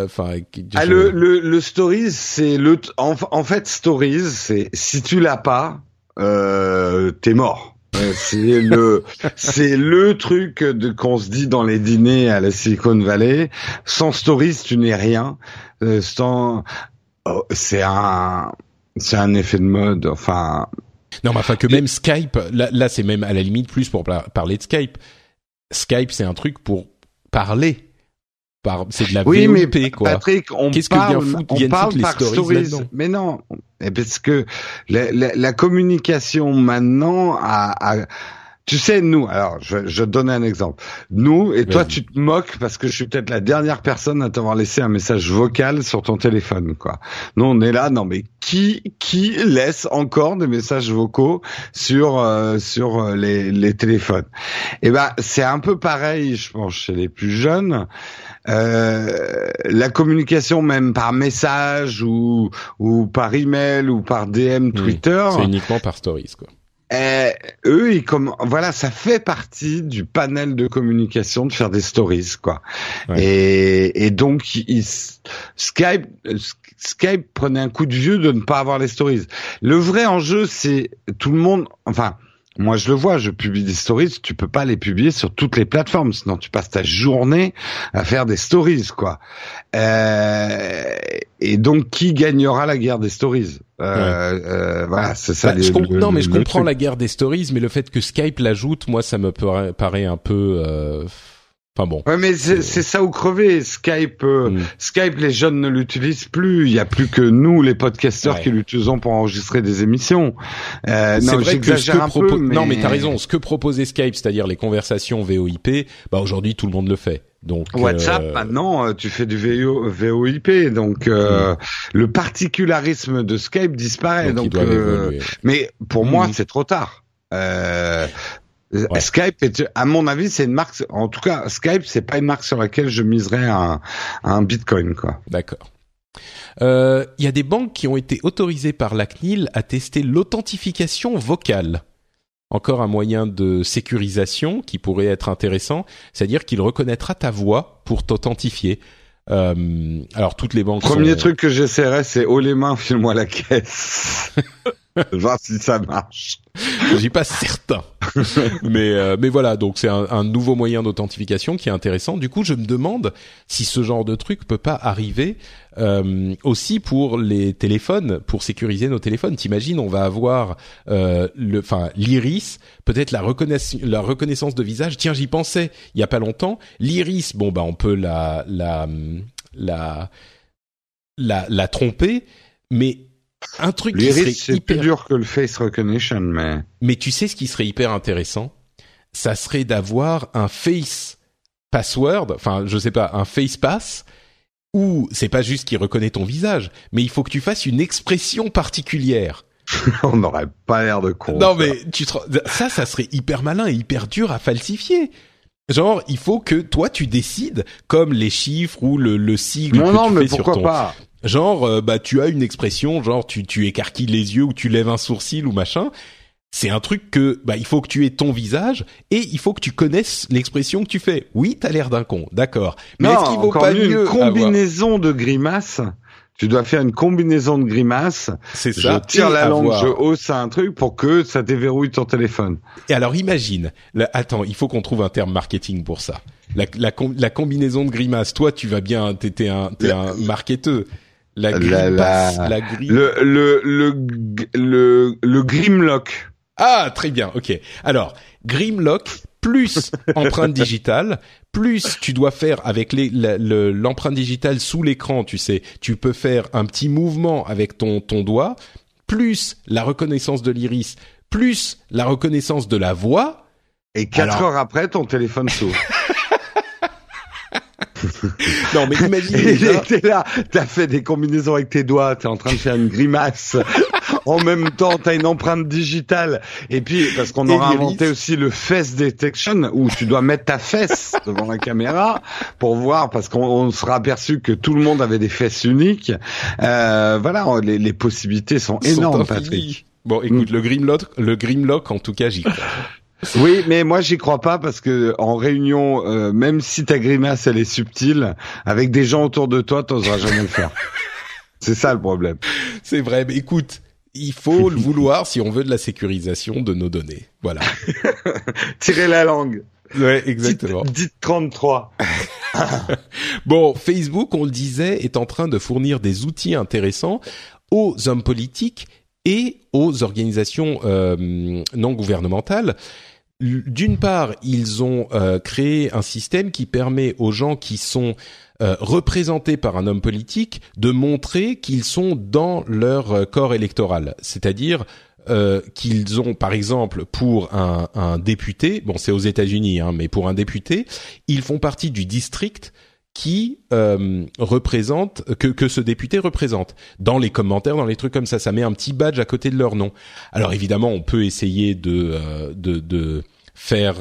le stories, c'est en fait stories, c'est si tu l'as pas, t'es mort. C'est le truc qu'on se dit dans les dîners à la Silicon Valley. Sans stories, tu n'es rien. C'est un effet de mode. Enfin. Non, mais que même Skype, là, c'est même à la limite plus pour parler de Skype. Skype, c'est un truc pour parler. C'est de la VoIP, quoi. Patrick, on parle par stories. Mais non, parce que la communication maintenant tu sais, nous, alors je donne un exemple. Nous, et toi tu te moques parce que je suis peut-être la dernière personne à t'avoir laissé un message vocal sur ton téléphone, quoi. Nous, on est là, non mais qui laisse encore des messages vocaux sur les téléphones? C'est un peu pareil, je pense, chez les plus jeunes. La communication même par message ou par email ou par DM Twitter. C'est uniquement par stories, quoi. Eux, ça fait partie du panel de communication de faire des stories, quoi. Ouais. Et donc, Skype prenait un coup de vieux de ne pas avoir les stories. Le vrai enjeu, c'est tout le monde, moi, je le vois, je publie des stories, tu peux pas les publier sur toutes les plateformes, sinon tu passes ta journée à faire des stories, quoi. Et donc, qui gagnera la guerre des stories? Voilà, c'est ça. Je comprends la guerre des stories, mais le fait que Skype l'ajoute, moi, ça me paraît un peu. Enfin bon. Ouais, mais c'est ça ou crever. Skype, les jeunes ne l'utilisent plus. Il y a plus que nous, les podcasteurs, qui l'utilisons pour enregistrer des émissions. C'est vrai que non, mais t'as raison. Ce que proposait Skype, c'est-à-dire les conversations VoIP, aujourd'hui tout le monde le fait. Donc WhatsApp, maintenant, tu fais du VoIP. Donc le particularisme de Skype disparaît. Donc mais pour moi, c'est trop tard. Skype à mon avis, c'est une marque. En tout cas, Skype, c'est pas une marque sur laquelle je miserais un Bitcoin, quoi. D'accord. Il y a des banques qui ont été autorisées par la CNIL à tester l'authentification vocale. Encore un moyen de sécurisation qui pourrait être intéressant, c'est-à-dire qu'il reconnaîtra ta voix pour t'authentifier. Alors toutes les banques. Premier truc que j'essaierai, c'est haut les mains, file-moi la caisse. Voir si ça marche. Je suis pas certain. mais voilà, donc c'est un nouveau moyen d'authentification qui est intéressant. Du coup, je me demande si ce genre de truc peut pas arriver aussi pour les téléphones, pour sécuriser nos téléphones. T'imagines, on va avoir l'iris, peut-être la reconnaissance de visage. Tiens, j'y pensais il y a pas longtemps. L'iris, bon bah on peut la tromper, mais un truc qui serait c'est plus dur que le face recognition, mais tu sais ce qui serait hyper intéressant, ça serait d'avoir un face password, enfin je sais pas, un face pass où c'est pas juste qu'il reconnaît ton visage, mais il faut que tu fasses une expression particulière. On n'aurait pas l'air de con. Non mais ça serait hyper malin et hyper dur à falsifier. Genre, il faut que toi tu décides, comme les chiffres ou le sigle que tu fais sur ton. Non, mais pourquoi pas? Genre, tu as une expression, genre tu écarquilles les yeux ou tu lèves un sourcil ou machin. C'est un truc que, il faut que tu aies ton visage et il faut que tu connaisses l'expression que tu fais. Oui, t'as l'air d'un con, d'accord. Mais non, est-ce qu'il vaut pas mieux une combinaison de grimaces? Tu dois faire une combinaison de grimaces. C'est ça. Je tire la langue, je hausse un truc pour que ça déverrouille ton téléphone. Et alors imagine, attends, il faut qu'on trouve un terme marketing pour ça. La combinaison de grimaces. Toi, tu vas bien, t'es un marketeur. La grimace, la grille. Le Grimlock. Ah, très bien, ok. Alors, Grimlock plus empreinte digitale, plus tu dois faire avec l'empreinte digitale sous l'écran, tu sais, tu peux faire un petit mouvement avec ton doigt, plus la reconnaissance de l'iris, plus la reconnaissance de la voix. Et 4 heures après, ton téléphone s'ouvre. Non, mais imagine. T'es là, t'as fait des combinaisons avec tes doigts, t'es en train de faire une grimace. En même temps, t'as une empreinte digitale. Et puis, parce qu'on aura inventé aussi le face detection, où tu dois mettre ta fesse devant la caméra pour voir, parce qu'on sera aperçu que tout le monde avait des fesses uniques. Voilà, les possibilités sont énormes, Patrick. Bon, écoute, le Grimlock, en tout cas, j'y crois. Oui, mais moi j'y crois pas parce que en réunion, même si ta grimace elle est subtile, avec des gens autour de toi, t'oseras jamais le faire. C'est ça le problème. C'est vrai, mais écoute, il faut le vouloir si on veut de la sécurisation de nos données. Voilà. Tirer la langue. Ouais, exactement. Dites 33. Bon, Facebook, on le disait, est en train de fournir des outils intéressants aux hommes politiques et aux organisations non gouvernementales. D'une part, ils ont créé un système qui permet aux gens qui sont représentés par un homme politique de montrer qu'ils sont dans leur corps électoral. C'est-à-dire qu'ils ont, par exemple, pour un député, bon c'est aux États-Unis, mais pour un député, ils font partie du district qui représente que ce député représente. Dans les commentaires, dans les trucs comme ça, ça met un petit badge à côté de leur nom. Alors évidemment, on peut essayer de faire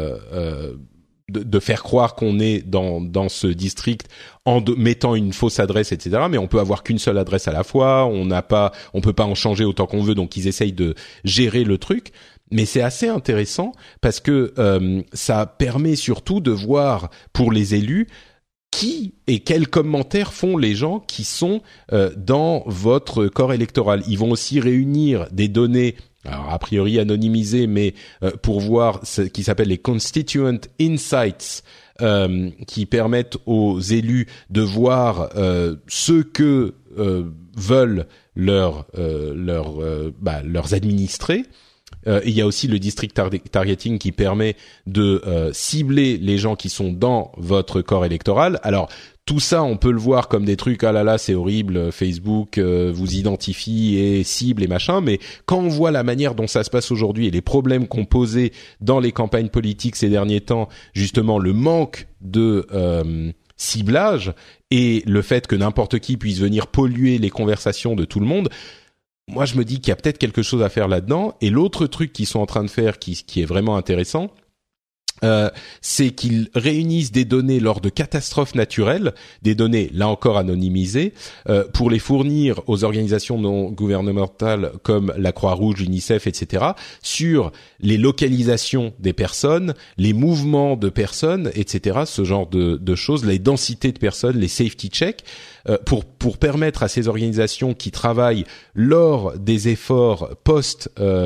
de faire croire qu'on est dans ce district en mettant une fausse adresse, etc. Mais on peut avoir qu'une seule adresse à la fois. On peut pas en changer autant qu'on veut. Donc ils essayent de gérer le truc. Mais c'est assez intéressant parce que ça permet surtout de voir pour les élus qui et quels commentaires font les gens qui sont dans votre corps électoral. Ils vont aussi réunir des données, alors a priori anonymisées, mais pour voir ce qui s'appelle les Constituent Insights, qui permettent aux élus de voir ce que veulent leurs administrés. Il y a aussi le district targeting qui permet de cibler les gens qui sont dans votre corps électoral. Alors tout ça, on peut le voir comme des trucs, ah là là, c'est horrible, Facebook vous identifie et cible et machin, mais quand on voit la manière dont ça se passe aujourd'hui et les problèmes qu'on posait dans les campagnes politiques ces derniers temps, justement le manque de ciblage et le fait que n'importe qui puisse venir polluer les conversations de tout le monde, moi je me dis qu'il y a peut-être quelque chose à faire là-dedans. Et l'autre truc qu'ils sont en train de faire qui est vraiment intéressant, c'est qu'ils réunissent des données lors de catastrophes naturelles, des données là encore anonymisées, pour les fournir aux organisations non gouvernementales comme la Croix-Rouge, l'UNICEF, etc., sur les localisations des personnes, les mouvements de personnes, etc., ce genre de choses, les densités de personnes, les safety checks, pour permettre à ces organisations qui travaillent lors des efforts post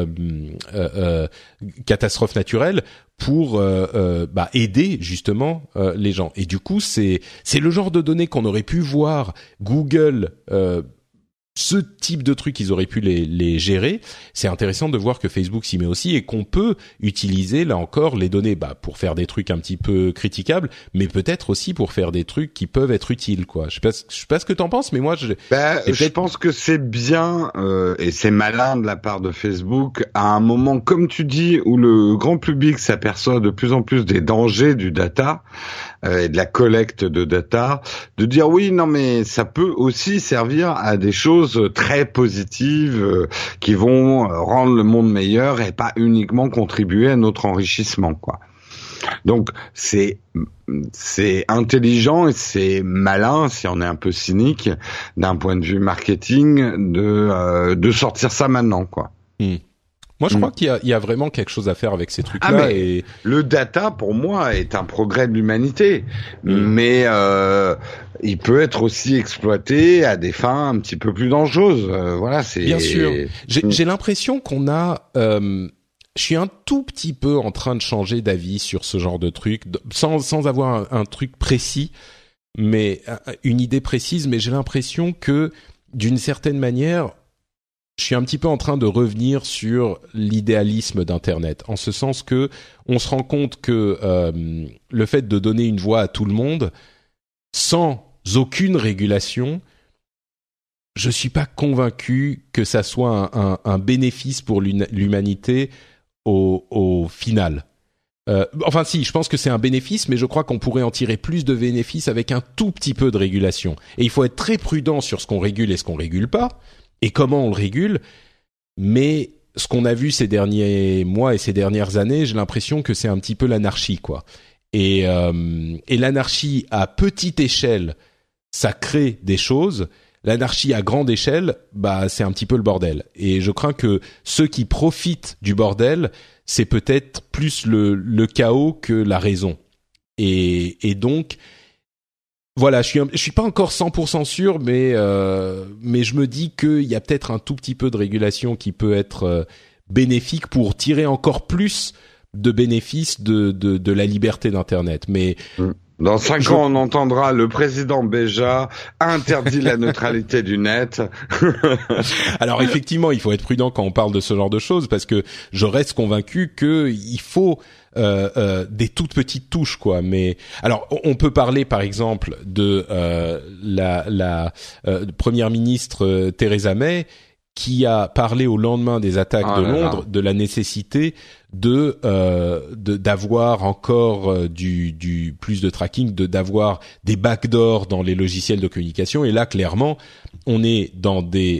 catastrophes naturelles pour aider justement les gens. Et du coup, c'est le genre de données qu'on aurait pu voir Google ce type de trucs, ils auraient pu les gérer. C'est intéressant de voir que Facebook s'y met aussi et qu'on peut utiliser, là encore, les données pour faire des trucs un petit peu critiquables, mais peut-être aussi pour faire des trucs qui peuvent être utiles, quoi. Je sais pas ce que t'en penses, mais moi, je pense que c'est bien et c'est malin de la part de Facebook à un moment, comme tu dis, où le grand public s'aperçoit de plus en plus des dangers du data et de la collecte de data, de dire oui, non mais ça peut aussi servir à des choses très positives qui vont rendre le monde meilleur et pas uniquement contribuer à notre enrichissement, quoi. Donc c'est intelligent et c'est malin, si on est un peu cynique d'un point de vue marketing, de sortir ça maintenant, quoi. Moi, je crois qu'il y a vraiment quelque chose à faire avec ces trucs-là. Et le data, pour moi, est un progrès de l'humanité. Mais il peut être aussi exploité à des fins un petit peu plus dangereuses. Voilà, c'est... Bien sûr. J'ai l'impression qu'on a... je suis un tout petit peu en train de changer d'avis sur ce genre de truc, sans avoir un truc précis, mais une idée précise. Mais j'ai l'impression que, d'une certaine manière... je suis un petit peu en train de revenir sur l'idéalisme d'Internet, en ce sens que on se rend compte que le fait de donner une voix à tout le monde, sans aucune régulation, je suis pas convaincu que ça soit un bénéfice pour l'humanité au final. Enfin si, je pense que c'est un bénéfice, mais je crois qu'on pourrait en tirer plus de bénéfices avec un tout petit peu de régulation. Et il faut être très prudent sur ce qu'on régule et ce qu'on régule pas. Et comment on le régule, mais ce qu'on a vu ces derniers mois et ces dernières années, j'ai l'impression que c'est un petit peu l'anarchie, quoi. Et l'anarchie à petite échelle, ça crée des choses. L'anarchie à grande échelle, c'est un petit peu le bordel. Et je crains que ceux qui profitent du bordel, c'est peut-être plus le chaos que la raison. Et donc... voilà, je suis pas encore 100% sûr, mais je me dis qu'il y a peut-être un tout petit peu de régulation qui peut être bénéfique pour tirer encore plus de bénéfices de la liberté d'Internet. Mais dans 5 ans, on entendra le président Béja interdit la neutralité du net. Alors effectivement, il faut être prudent quand on parle de ce genre de choses, parce que je reste convaincu que il faut des toutes petites touches, quoi. Mais alors on peut parler par exemple de la première ministre Theresa May, qui a parlé au lendemain des attaques de Londres de la nécessité d'avoir encore du plus de tracking, d'avoir des backdoors dans les logiciels de communication. Et là, clairement, on est dans de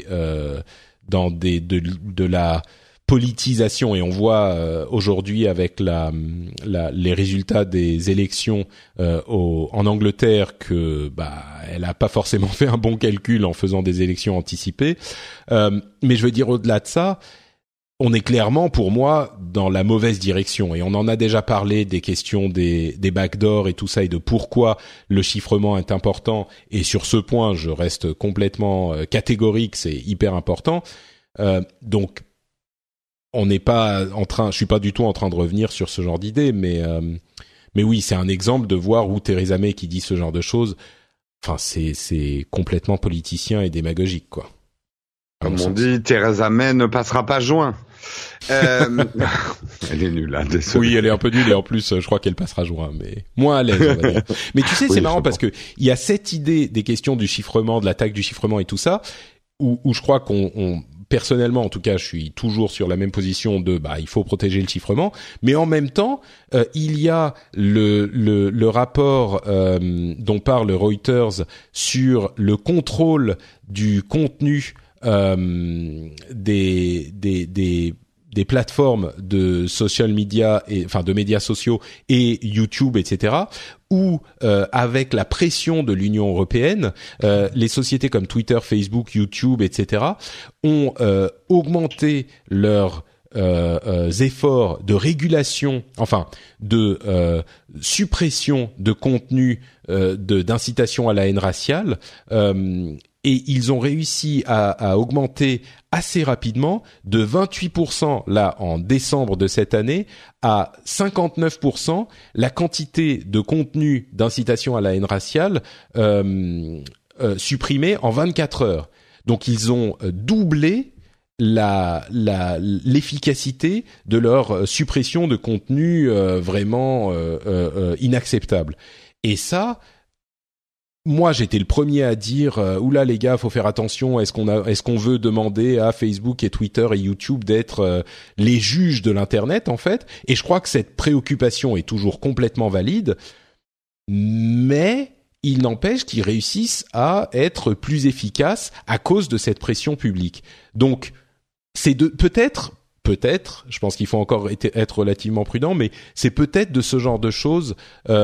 la politisation, et on voit aujourd'hui avec les résultats des élections en Angleterre que elle a pas forcément fait un bon calcul en faisant des élections anticipées, mais je veux dire, au-delà de ça, on est clairement, pour moi, dans la mauvaise direction. Et on en a déjà parlé des questions des backdoors et tout ça, et de pourquoi le chiffrement est important. Et sur ce point, je reste complètement catégorique, c'est hyper important. Donc on n'est pas je suis pas du tout en train de revenir sur ce genre d'idée, mais oui, c'est un exemple de voir où Theresa May qui dit ce genre de choses, enfin c'est complètement politicien et démagogique, quoi. Comme on dit, Theresa May ne passera pas juin. Elle est nulle, hein, désolé. Oui, elle est un peu nulle, et en plus, je crois qu'elle passera juin, mais moins à l'aise, on va dire. Mais tu sais, c'est marrant parce que il y a cette idée des questions du chiffrement, de l'attaque du chiffrement et tout ça, où je crois qu'on personnellement, en tout cas, je suis toujours sur la même position de il faut protéger le chiffrement, mais en même temps, il y a le rapport dont parle Reuters sur le contrôle du contenu des plateformes de social media de médias sociaux et YouTube, etc., où avec la pression de l'Union européenne, les sociétés comme Twitter, Facebook, YouTube, etc., ont augmenté leurs efforts de régulation, de suppression de contenu d'incitation à la haine raciale, et ils ont réussi à augmenter assez rapidement de 28% là en décembre de cette année à 59% la quantité de contenu d'incitation à la haine raciale supprimé en 24 heures. Donc ils ont doublé l'efficacité de leur suppression de contenu vraiment inacceptable. Et ça, moi j'étais le premier à dire oula les gars, faut faire attention, est-ce qu'on veut demander à Facebook et Twitter et YouTube d'être les juges de l'internet en fait, et je crois que cette préoccupation est toujours complètement valide, mais il n'empêche qu'ils réussissent à être plus efficaces à cause de cette pression publique. Donc c'est peut-être, je pense qu'il faut encore être relativement prudent, mais c'est peut-être de ce genre de choses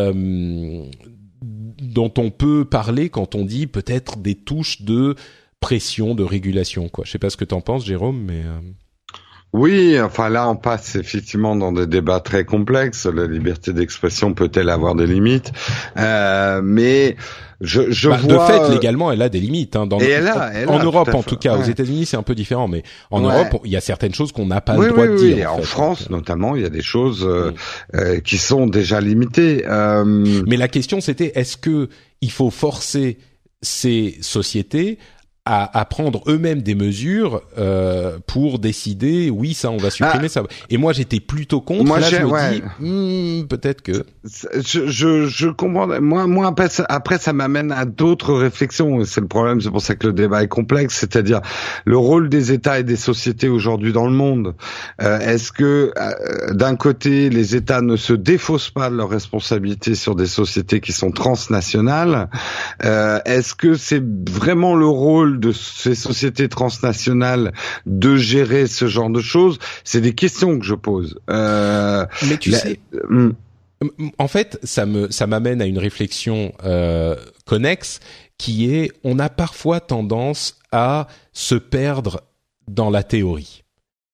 dont on peut parler quand on dit peut-être des touches de pression, de régulation, quoi. Je sais pas ce que t'en penses, Jérôme, mais Oui, enfin là on passe effectivement dans des débats très complexes. La liberté d'expression peut-elle avoir des limites, mais je vois. De fait, légalement, elle a des limites. Hein, en Europe, en tout cas, aux États-Unis, c'est un peu différent, mais en Europe, il y a certaines choses qu'on n'a pas le droit de dire. Oui. En France, notamment, il y a des choses qui sont déjà limitées. Mais la question, c'était est-ce que il faut forcer ces sociétés à prendre eux-mêmes des mesures pour décider oui ça on va supprimer ça, et moi j'étais plutôt contre. Moi, là je me dis peut-être que je comprends. Moi après ça m'amène à d'autres réflexions, et c'est le problème, c'est pour ça que le débat est complexe, c'est-à-dire le rôle des États et des sociétés aujourd'hui dans le monde. Est-ce que d'un côté les États ne se défaussent pas de leurs responsabilités sur des sociétés qui sont transnationales? Est-ce que c'est vraiment le rôle de ces sociétés transnationales de gérer ce genre de choses? C'est des questions que je pose. Mais tu sais, en fait, ça m'amène à une réflexion connexe, qui est, on a parfois tendance à se perdre dans la théorie.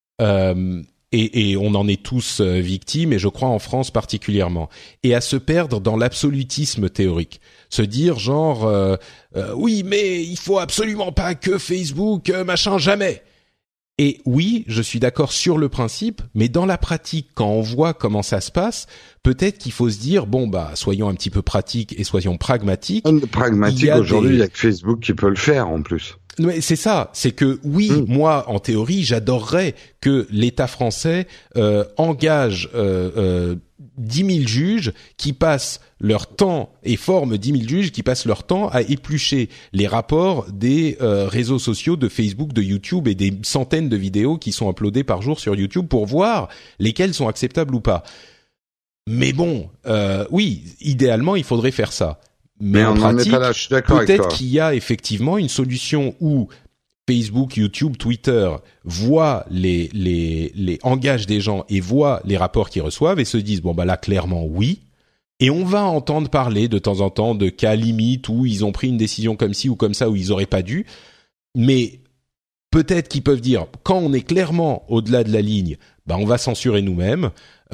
Et on en est tous victimes, et je crois en France particulièrement, et à se perdre dans l'absolutisme théorique, se dire genre oui mais il faut absolument pas que Facebook machin, jamais. Et oui, je suis d'accord sur le principe, mais dans la pratique, quand on voit comment ça se passe, peut-être qu'il faut se dire bon bah soyons un petit peu pratiques et soyons pragmatiques. Pragmatique aujourd'hui, il y a que Facebook qui peut le faire en plus. Mais c'est ça, c'est que oui, moi en théorie, j'adorerais que l'État français engage 10 000 juges qui passent leur temps et forment 10 000 juges qui passent leur temps à éplucher les rapports des réseaux sociaux de Facebook, de YouTube et des centaines de vidéos qui sont uploadées par jour sur YouTube pour voir lesquelles sont acceptables ou pas. Mais bon, oui, idéalement, il faudrait faire ça. Mais en pratique, peut-être qu'il y a effectivement une solution où Facebook, YouTube, Twitter voient les engagent des gens et voient les rapports qu'ils reçoivent et se disent bon bah là clairement oui. Et on va entendre parler de temps en temps de cas limites où ils ont pris une décision comme ci ou comme ça où ils auraient pas dû. Mais peut-être qu'ils peuvent dire quand on est clairement au-delà de la ligne, bah on va censurer nous-mêmes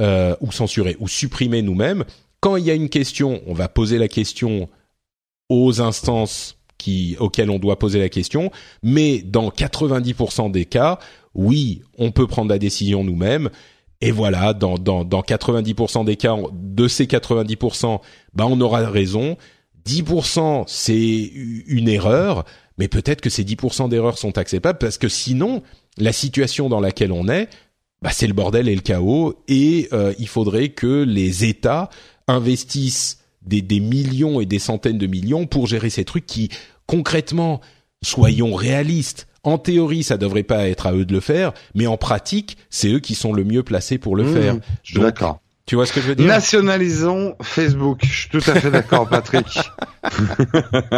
ou supprimer nous-mêmes. Quand il y a une question, on va poser la question aux instances auxquelles on doit poser la question, mais dans 90% des cas, oui, on peut prendre la décision nous-mêmes. Et voilà, dans 90% des cas, de ces 90%, bah on aura raison. 10% c'est une erreur, mais peut-être que ces 10% d'erreurs sont acceptables parce que sinon, la situation dans laquelle on est, bah c'est le bordel et le chaos, et il faudrait que les États investissent des millions et des centaines de millions pour gérer ces trucs qui, concrètement, soyons réalistes. En théorie, ça devrait pas être à eux de le faire, mais en pratique, c'est eux qui sont le mieux placés pour le faire. Je suis d'accord. Tu vois ce que je veux dire? Nationalisons Facebook. Je suis tout à fait d'accord, Patrick.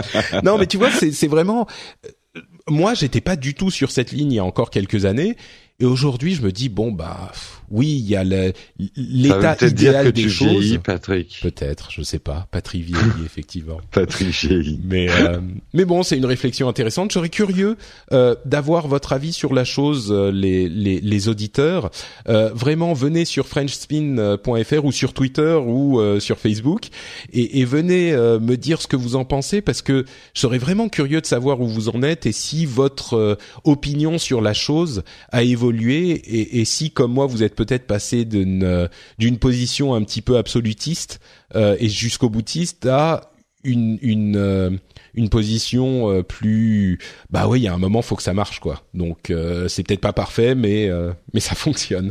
Non, mais tu vois, c'est vraiment... Moi, j'étais pas du tout sur cette ligne il y a encore quelques années, Et aujourd'hui, je me dis bon bah oui, il y a l'état idéal des choses. Vieillis, Patrick. Peut-être, je sais pas. Patrick vieillit effectivement. Patrick vieillit. Mais bon, c'est une réflexion intéressante. Je serais curieux d'avoir votre avis sur la chose, les auditeurs. Vraiment, venez sur frenchspin.fr ou sur Twitter ou sur Facebook et venez me dire ce que vous en pensez, parce que je serais vraiment curieux de savoir où vous en êtes et si votre opinion sur la chose a évolué et si, comme moi, vous êtes peut-être passé d'une position un petit peu absolutiste et jusqu'au boutiste à une position plus bah oui, il y a un moment faut que ça marche quoi. Donc c'est peut-être pas parfait mais ça fonctionne.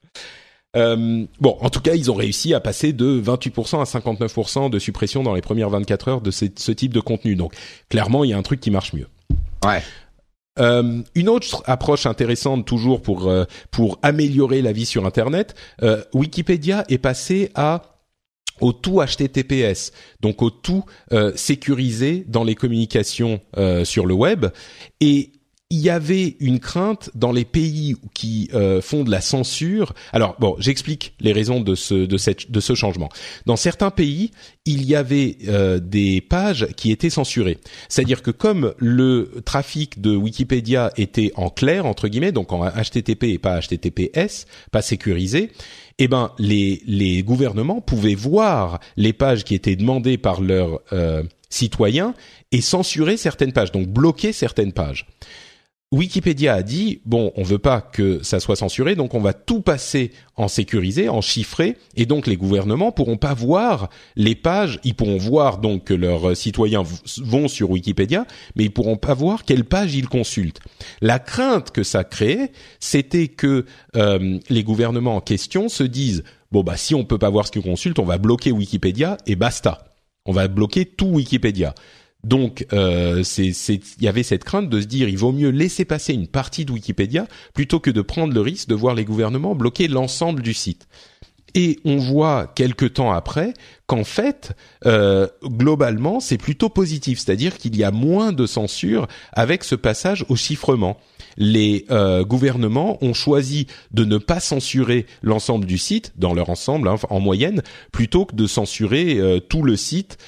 Bon, en tout cas, ils ont réussi à passer de 28% à 59% de suppression dans les premières 24 heures de ce type de contenu. Donc clairement, il y a un truc qui marche mieux. Ouais. Une autre approche intéressante toujours pour améliorer la vie sur Internet, Wikipédia est passé au tout HTTPS, donc au tout sécurisé dans les communications sur le web. Et il y avait une crainte dans les pays qui font de la censure. Alors bon, j'explique les raisons de ce changement. Dans certains pays, il y avait des pages qui étaient censurées. C'est-à-dire que comme le trafic de Wikipédia était en clair entre guillemets, donc en HTTP et pas HTTPS, pas sécurisé, eh ben les gouvernements pouvaient voir les pages qui étaient demandées par leurs citoyens et censurer certaines pages, donc bloquer certaines pages. Wikipédia a dit bon, on veut pas que ça soit censuré, donc on va tout passer en sécurisé, en chiffré, et donc les gouvernements pourront pas voir les pages. Ils pourront voir donc que leurs citoyens vont sur Wikipédia, mais ils pourront pas voir quelle page ils consultent. La crainte que ça créait, c'était que les gouvernements en question se disent bon bah si on peut pas voir ce qu'ils consultent, on va bloquer Wikipédia et basta. On va bloquer tout Wikipédia. Donc, il y avait cette crainte de se dire, il vaut mieux laisser passer une partie de Wikipédia plutôt que de prendre le risque de voir les gouvernements bloquer l'ensemble du site. Et on voit quelque temps après qu'en fait, globalement, c'est plutôt positif, c'est-à-dire qu'il y a moins de censure avec ce passage au chiffrement. Les gouvernements ont choisi de ne pas censurer l'ensemble du site dans leur ensemble, hein, en moyenne, plutôt que de censurer tout le site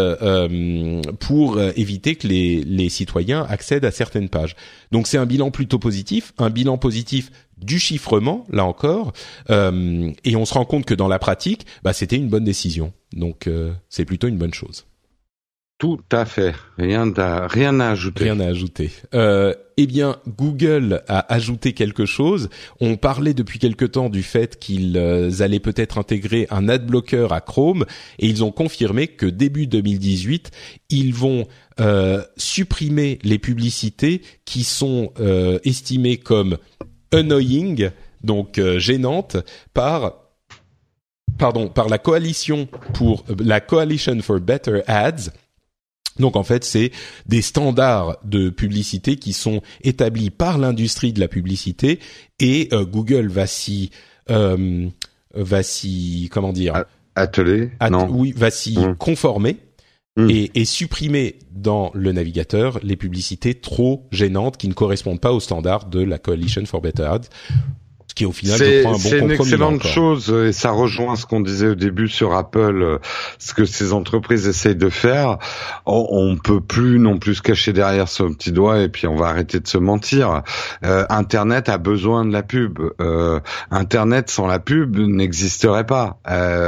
pour éviter que les citoyens accèdent à certaines pages. Donc c'est un bilan plutôt positif, un bilan positif du chiffrement, là encore, et on se rend compte que dans la pratique, bah, c'était une bonne décision. Donc c'est plutôt une bonne chose. Tout à fait. Rien à ajouter. Rien à ajouter. Eh bien, Google a ajouté quelque chose. On parlait depuis quelque temps du fait qu'ils allaient peut-être intégrer un adblocker à Chrome, et ils ont confirmé que début 2018, ils vont supprimer les publicités qui sont estimées comme annoying, donc gênantes, par la Coalition for Better Ads. Donc en fait, c'est des standards de publicité qui sont établis par l'industrie de la publicité, et Google va s'y comment dire, va s'y conformer et supprimer dans le navigateur les publicités trop gênantes qui ne correspondent pas aux standards de la Coalition for Better Ads. Qui au final, je crois, un bon compromis. C'est une excellente chose, et ça rejoint ce qu'on disait au début sur Apple, ce que ces entreprises essayent de faire. On peut plus non plus se cacher derrière son petit doigt, et puis on va arrêter de se mentir. Internet a besoin de la pub. Internet sans la pub n'existerait pas,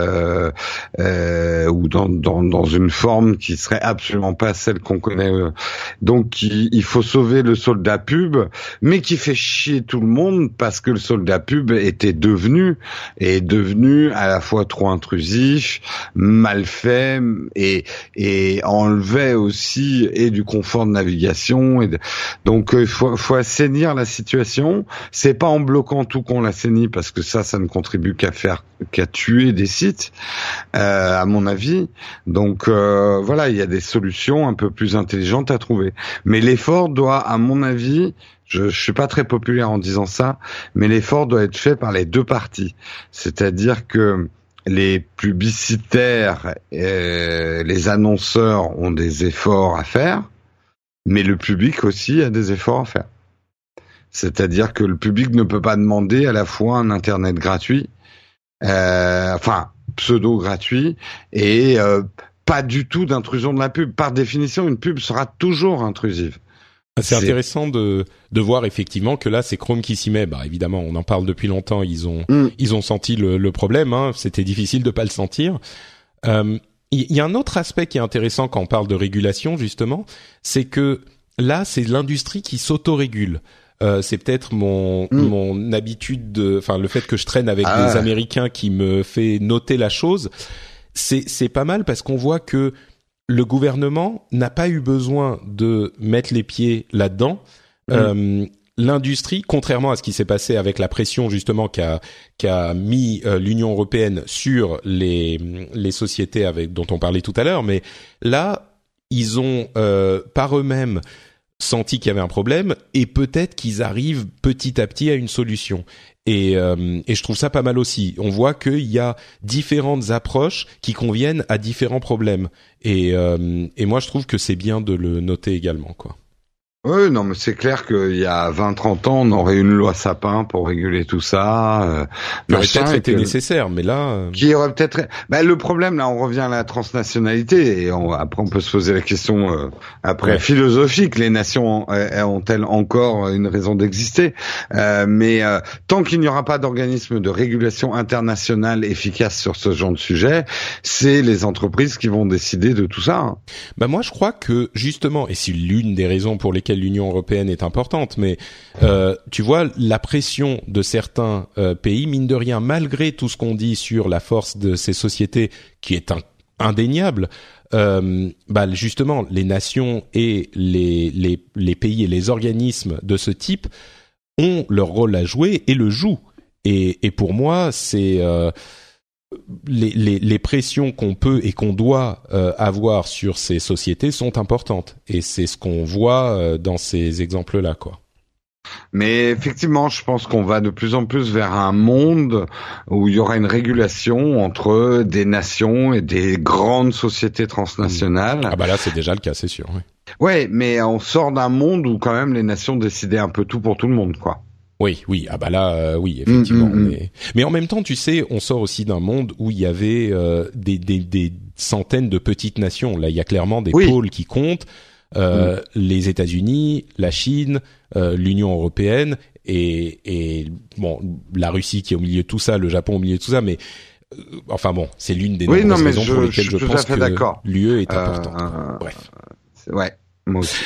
ou dans une forme qui serait absolument pas celle qu'on connaît. Donc il faut sauver le soldat pub, mais qui fait chier tout le monde parce que le soldat pub était devenu à la fois trop intrusif, mal fait, et enlevait aussi et du confort de navigation. Donc il faut assainir la situation. C'est pas en bloquant tout qu'on l'assainit, parce que ça ne contribue qu'à tuer des sites, à mon avis. Donc voilà, il y a des solutions un peu plus intelligentes à trouver. Mais l'effort doit, à mon avis, je suis pas très populaire en disant ça, mais l'effort doit être fait par les deux parties. C'est-à-dire que les publicitaires, les annonceurs ont des efforts à faire, mais le public aussi a des efforts à faire. C'est-à-dire que le public ne peut pas demander à la fois un Internet gratuit, pseudo gratuit, et pas du tout d'intrusion de la pub. Par définition, une pub sera toujours intrusive. C'est intéressant de voir effectivement que là c'est Chrome qui s'y met. Bah évidemment, on en parle depuis longtemps. Ils ont senti le problème. Hein. C'était difficile de pas le sentir. Il y a un autre aspect qui est intéressant quand on parle de régulation justement, c'est que là c'est l'industrie qui s'autorégule. C'est peut-être mon habitude le fait que je traîne avec des Américains qui me fait noter la chose. C'est pas mal parce qu'on voit que le gouvernement n'a pas eu besoin de mettre les pieds là-dedans. L'industrie, contrairement à ce qui s'est passé avec la pression justement qu'a mis l'Union européenne sur les sociétés dont on parlait tout à l'heure, mais là ils ont par eux-mêmes senti qu'il y avait un problème et peut-être qu'ils arrivent petit à petit à une solution. Et je trouve ça pas mal aussi. On voit qu'il y a différentes approches qui conviennent à différents problèmes. Et moi, je trouve que c'est bien de le noter également, quoi. Oui, non, mais c'est clair qu'il y a 20-30 ans, on aurait une loi Sapin pour réguler tout ça. Ça aurait peut-être été nécessaire, mais là... Qui aurait peut-être... le problème, là, on revient à la transnationalité, et après on peut se poser la question philosophique, les nations ont-elles encore une raison d'exister? Mais tant qu'il n'y aura pas d'organisme de régulation internationale efficace sur ce genre de sujet, c'est les entreprises qui vont décider de tout ça. Hein. Moi, je crois que, justement, et c'est l'une des raisons pour lesquelles l'Union européenne est importante, mais tu vois la pression de certains pays, mine de rien, malgré tout ce qu'on dit sur la force de ces sociétés, qui est indéniable, justement les nations et les pays et les organismes de ce type ont leur rôle à jouer et le jouent. Et pour moi, c'est les pressions qu'on peut et qu'on doit avoir sur ces sociétés sont importantes, et c'est ce qu'on voit dans ces exemples-là, quoi. Mais effectivement, je pense qu'on va de plus en plus vers un monde où il y aura une régulation entre des nations et des grandes sociétés transnationales. Ah là, c'est déjà le cas, c'est sûr. Oui. Ouais, mais on sort d'un monde où quand même les nations décidaient un peu tout pour tout le monde, quoi. Oui. Oui, effectivement. Mais en même temps, tu sais, on sort aussi d'un monde où il y avait des centaines de petites nations. Là, il y a clairement des pôles qui comptent. Les États-Unis, la Chine, l'Union européenne et la Russie qui est au milieu de tout ça, le Japon au milieu de tout ça. Mais c'est l'une des nombreuses raisons pour lesquelles je pense que l'UE est importante. Bref. Ouais. Moi aussi.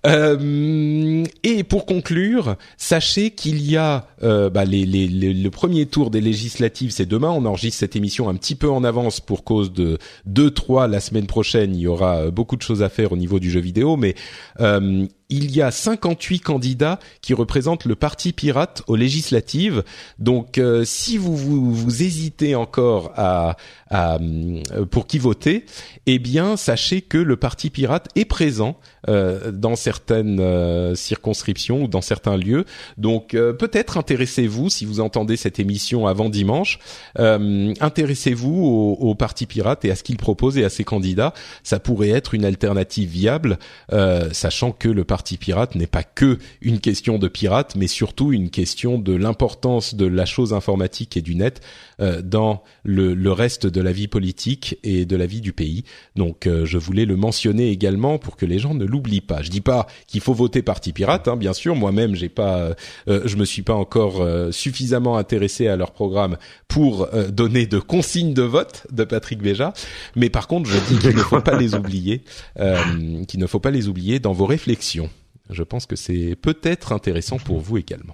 Et pour conclure, sachez qu'il y a le premier tour des législatives, c'est demain. On enregistre cette émission un petit peu en avance pour cause de 2-3 la semaine prochaine. Il y aura beaucoup de choses à faire au niveau du jeu vidéo, mais il y a 58 candidats qui représentent le Parti pirate aux législatives. Donc, si vous hésitez encore pour qui voter, eh bien, sachez que le Parti pirate est présent dans certaines circonscriptions ou dans certains lieux. Donc, peut-être intéressez-vous, si vous entendez cette émission avant dimanche, intéressez-vous au Parti pirate et à ce qu'il propose et à ses candidats. Ça pourrait être une alternative viable, sachant que le Parti pirate n'est pas que une question de pirates, mais surtout une question de l'importance de la chose informatique et du net dans le reste de la vie politique et de la vie du pays. Donc je voulais le mentionner également pour que les gens ne l'oublient pas. Je dis pas qu'il faut voter Parti pirate, hein, bien sûr. Moi-même, je me suis pas encore suffisamment intéressé à leur programme pour donner de consignes de vote de Patrick Béja. Mais par contre, je dis qu'il ne faut pas les oublier, dans vos réflexions. Je pense que c'est peut-être intéressant pour vous également.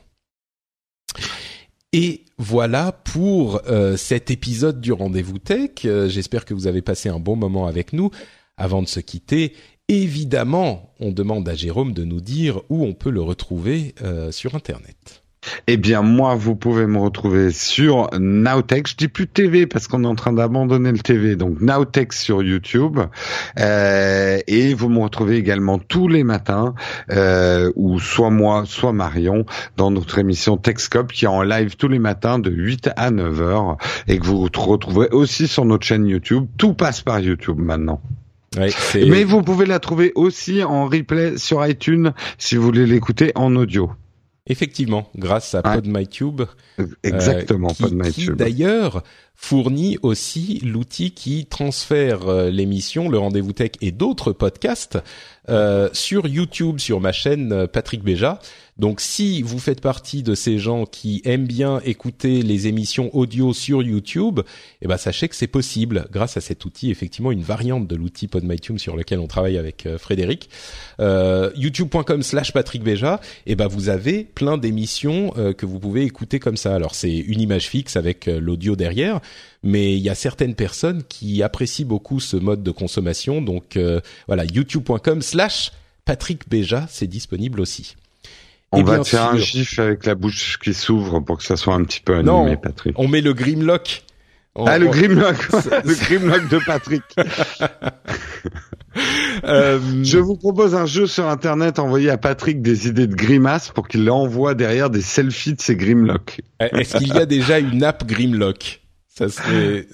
Et voilà pour cet épisode du Rendez-vous Tech. J'espère que vous avez passé un bon moment avec nous. Avant de se quitter, évidemment, on demande à Jérôme de nous dire où on peut le retrouver sur Internet. Eh bien, moi, vous pouvez me retrouver sur Nowtech. Je dis plus TV parce qu'on est en train d'abandonner le TV. Donc, Nowtech sur YouTube. Et vous me retrouvez également tous les matins, ou soit moi, soit Marion, dans notre émission TechScope qui est en live tous les matins de 8 à 9 heures et que vous retrouverez aussi sur notre chaîne YouTube. Tout passe par YouTube maintenant. Ouais, mais vous pouvez la trouver aussi en replay sur iTunes si vous voulez l'écouter en audio. Effectivement, grâce à PodMyTube. Exactement, PodMyTube. Qui d'ailleurs fournit aussi l'outil qui transfère l'émission, le Rendez-vous Tech et d'autres podcasts sur YouTube, sur ma chaîne Patrick Béja. Donc si vous faites partie de ces gens qui aiment bien écouter les émissions audio sur YouTube, eh ben sachez que c'est possible grâce à cet outil, effectivement une variante de l'outil PodMyTube sur lequel on travaille avec Frédéric. youtube.com/Patrick Béja, eh ben vous avez plein d'émissions que vous pouvez écouter comme ça. Alors c'est une image fixe avec l'audio derrière, mais il y a certaines personnes qui apprécient beaucoup ce mode de consommation. Donc voilà, youtube.com/Patrick Béja, c'est disponible aussi. On va te faire un gif avec la bouche qui s'ouvre pour que ça soit un petit peu animé, Patrick. On met le Grimlock. Le Grimlock, le Grimlock de Patrick. Je vous propose un jeu sur Internet, envoyer à Patrick des idées de grimaces pour qu'il envoie derrière des selfies de ses Grimlock. Est-ce qu'il y a déjà une app Grimlock? Ça serait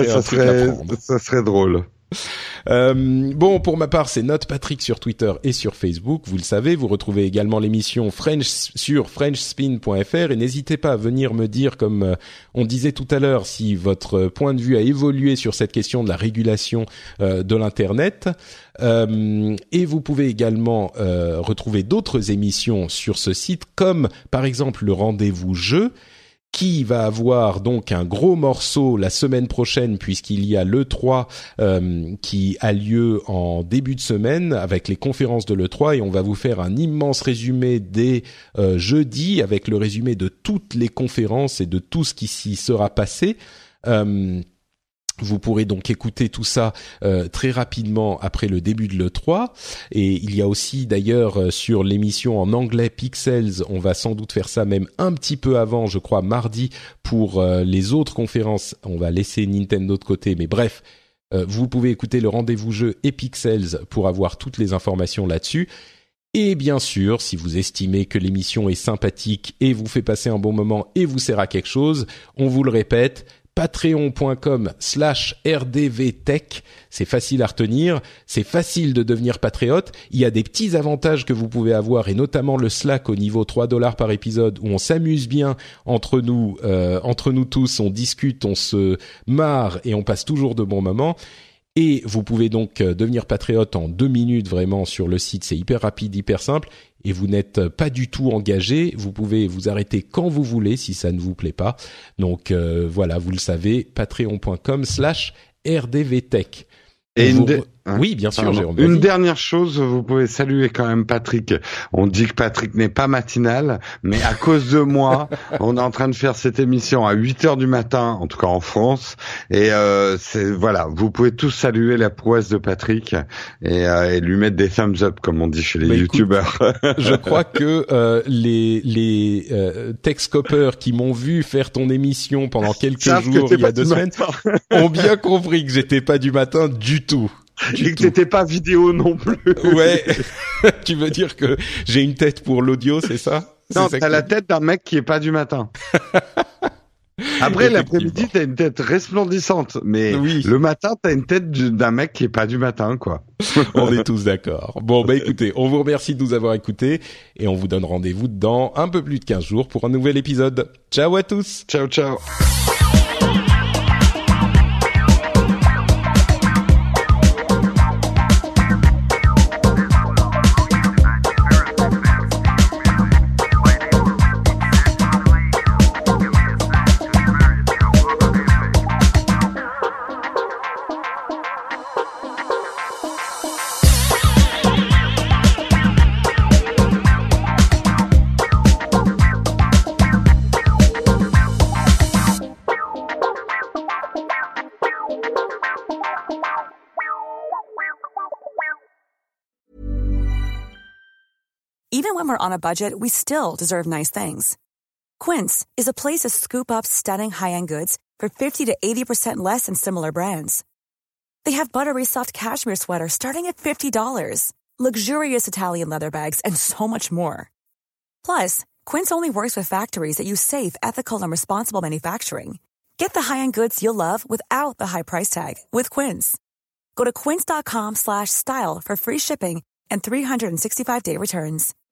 drôle. Bon, pour ma part, c'est Note Patrick sur Twitter et sur Facebook. Vous le savez, vous retrouvez également l'émission French sur frenchspin.fr et n'hésitez pas à venir me dire, comme on disait tout à l'heure, si votre point de vue a évolué sur cette question de la régulation de l'internet. Et vous pouvez également retrouver d'autres émissions sur ce site, comme par exemple le Rendez-vous Jeu, qui va avoir donc un gros morceau la semaine prochaine puisqu'il y a l'E3 qui a lieu en début de semaine avec les conférences de l'E3 et on va vous faire un immense résumé dès jeudi avec le résumé de toutes les conférences et de tout ce qui s'y sera passé. Vous pourrez donc écouter tout ça très rapidement après le début de l'E3. Et il y a aussi d'ailleurs sur l'émission en anglais Pixels, on va sans doute faire ça même un petit peu avant, je crois mardi, pour les autres conférences. On va laisser Nintendo de côté, mais bref, vous pouvez écouter le Rendez-vous Jeu et Pixels pour avoir toutes les informations là-dessus. Et bien sûr, si vous estimez que l'émission est sympathique et vous fait passer un bon moment et vous sert à quelque chose, on vous le répète, patreon.com/rdvtech, c'est facile à retenir, c'est facile de devenir patriote, il y a des petits avantages que vous pouvez avoir et notamment le Slack au niveau $3 par épisode où on s'amuse bien entre nous tous, on discute, on se marre et on passe toujours de bons moments. Et vous pouvez donc devenir patriote en 2 minutes vraiment sur le site, c'est hyper rapide, hyper simple. Et vous n'êtes pas du tout engagé, vous pouvez vous arrêter quand vous voulez si ça ne vous plaît pas. Donc voilà, vous le savez, patreon.com/rdvtech. Oui, bien sûr, Jérôme. Une dernière chose, vous pouvez saluer quand même Patrick. On dit que Patrick n'est pas matinal, mais à cause de moi, on est en train de faire cette émission à 8h du matin, en tout cas en France. Et voilà, vous pouvez tous saluer la prouesse de Patrick et lui mettre des thumbs up, comme on dit chez les youtubeurs. Je crois que les Techscopers qui m'ont vu faire ton émission pendant quelques jours, il y a 2 semaines, ont bien compris que j'étais pas du matin du tout. Et que t'étais pas vidéo non plus. Ouais. Tu veux dire que j'ai une tête pour l'audio, c'est ça? Non, t'as la tête d'un mec qui est pas du matin. Après, l'après-midi, t'as une tête resplendissante. Mais le matin, t'as une tête d'un mec qui est pas du matin, quoi. On est tous d'accord. Bon, bah écoutez, on vous remercie de nous avoir écoutés et on vous donne rendez-vous dans un peu plus de 15 jours pour un nouvel épisode. Ciao à tous. Ciao, ciao. Even when we're on a budget, we still deserve nice things. Quince is a place to scoop up stunning high-end goods for 50 to 80% less than similar brands. They have buttery soft cashmere sweaters starting at $50, luxurious Italian leather bags, and so much more. Plus, Quince only works with factories that use safe, ethical, and responsible manufacturing. Get the high-end goods you'll love without the high price tag with Quince. Go to quince.com/style for free shipping and 365-day returns.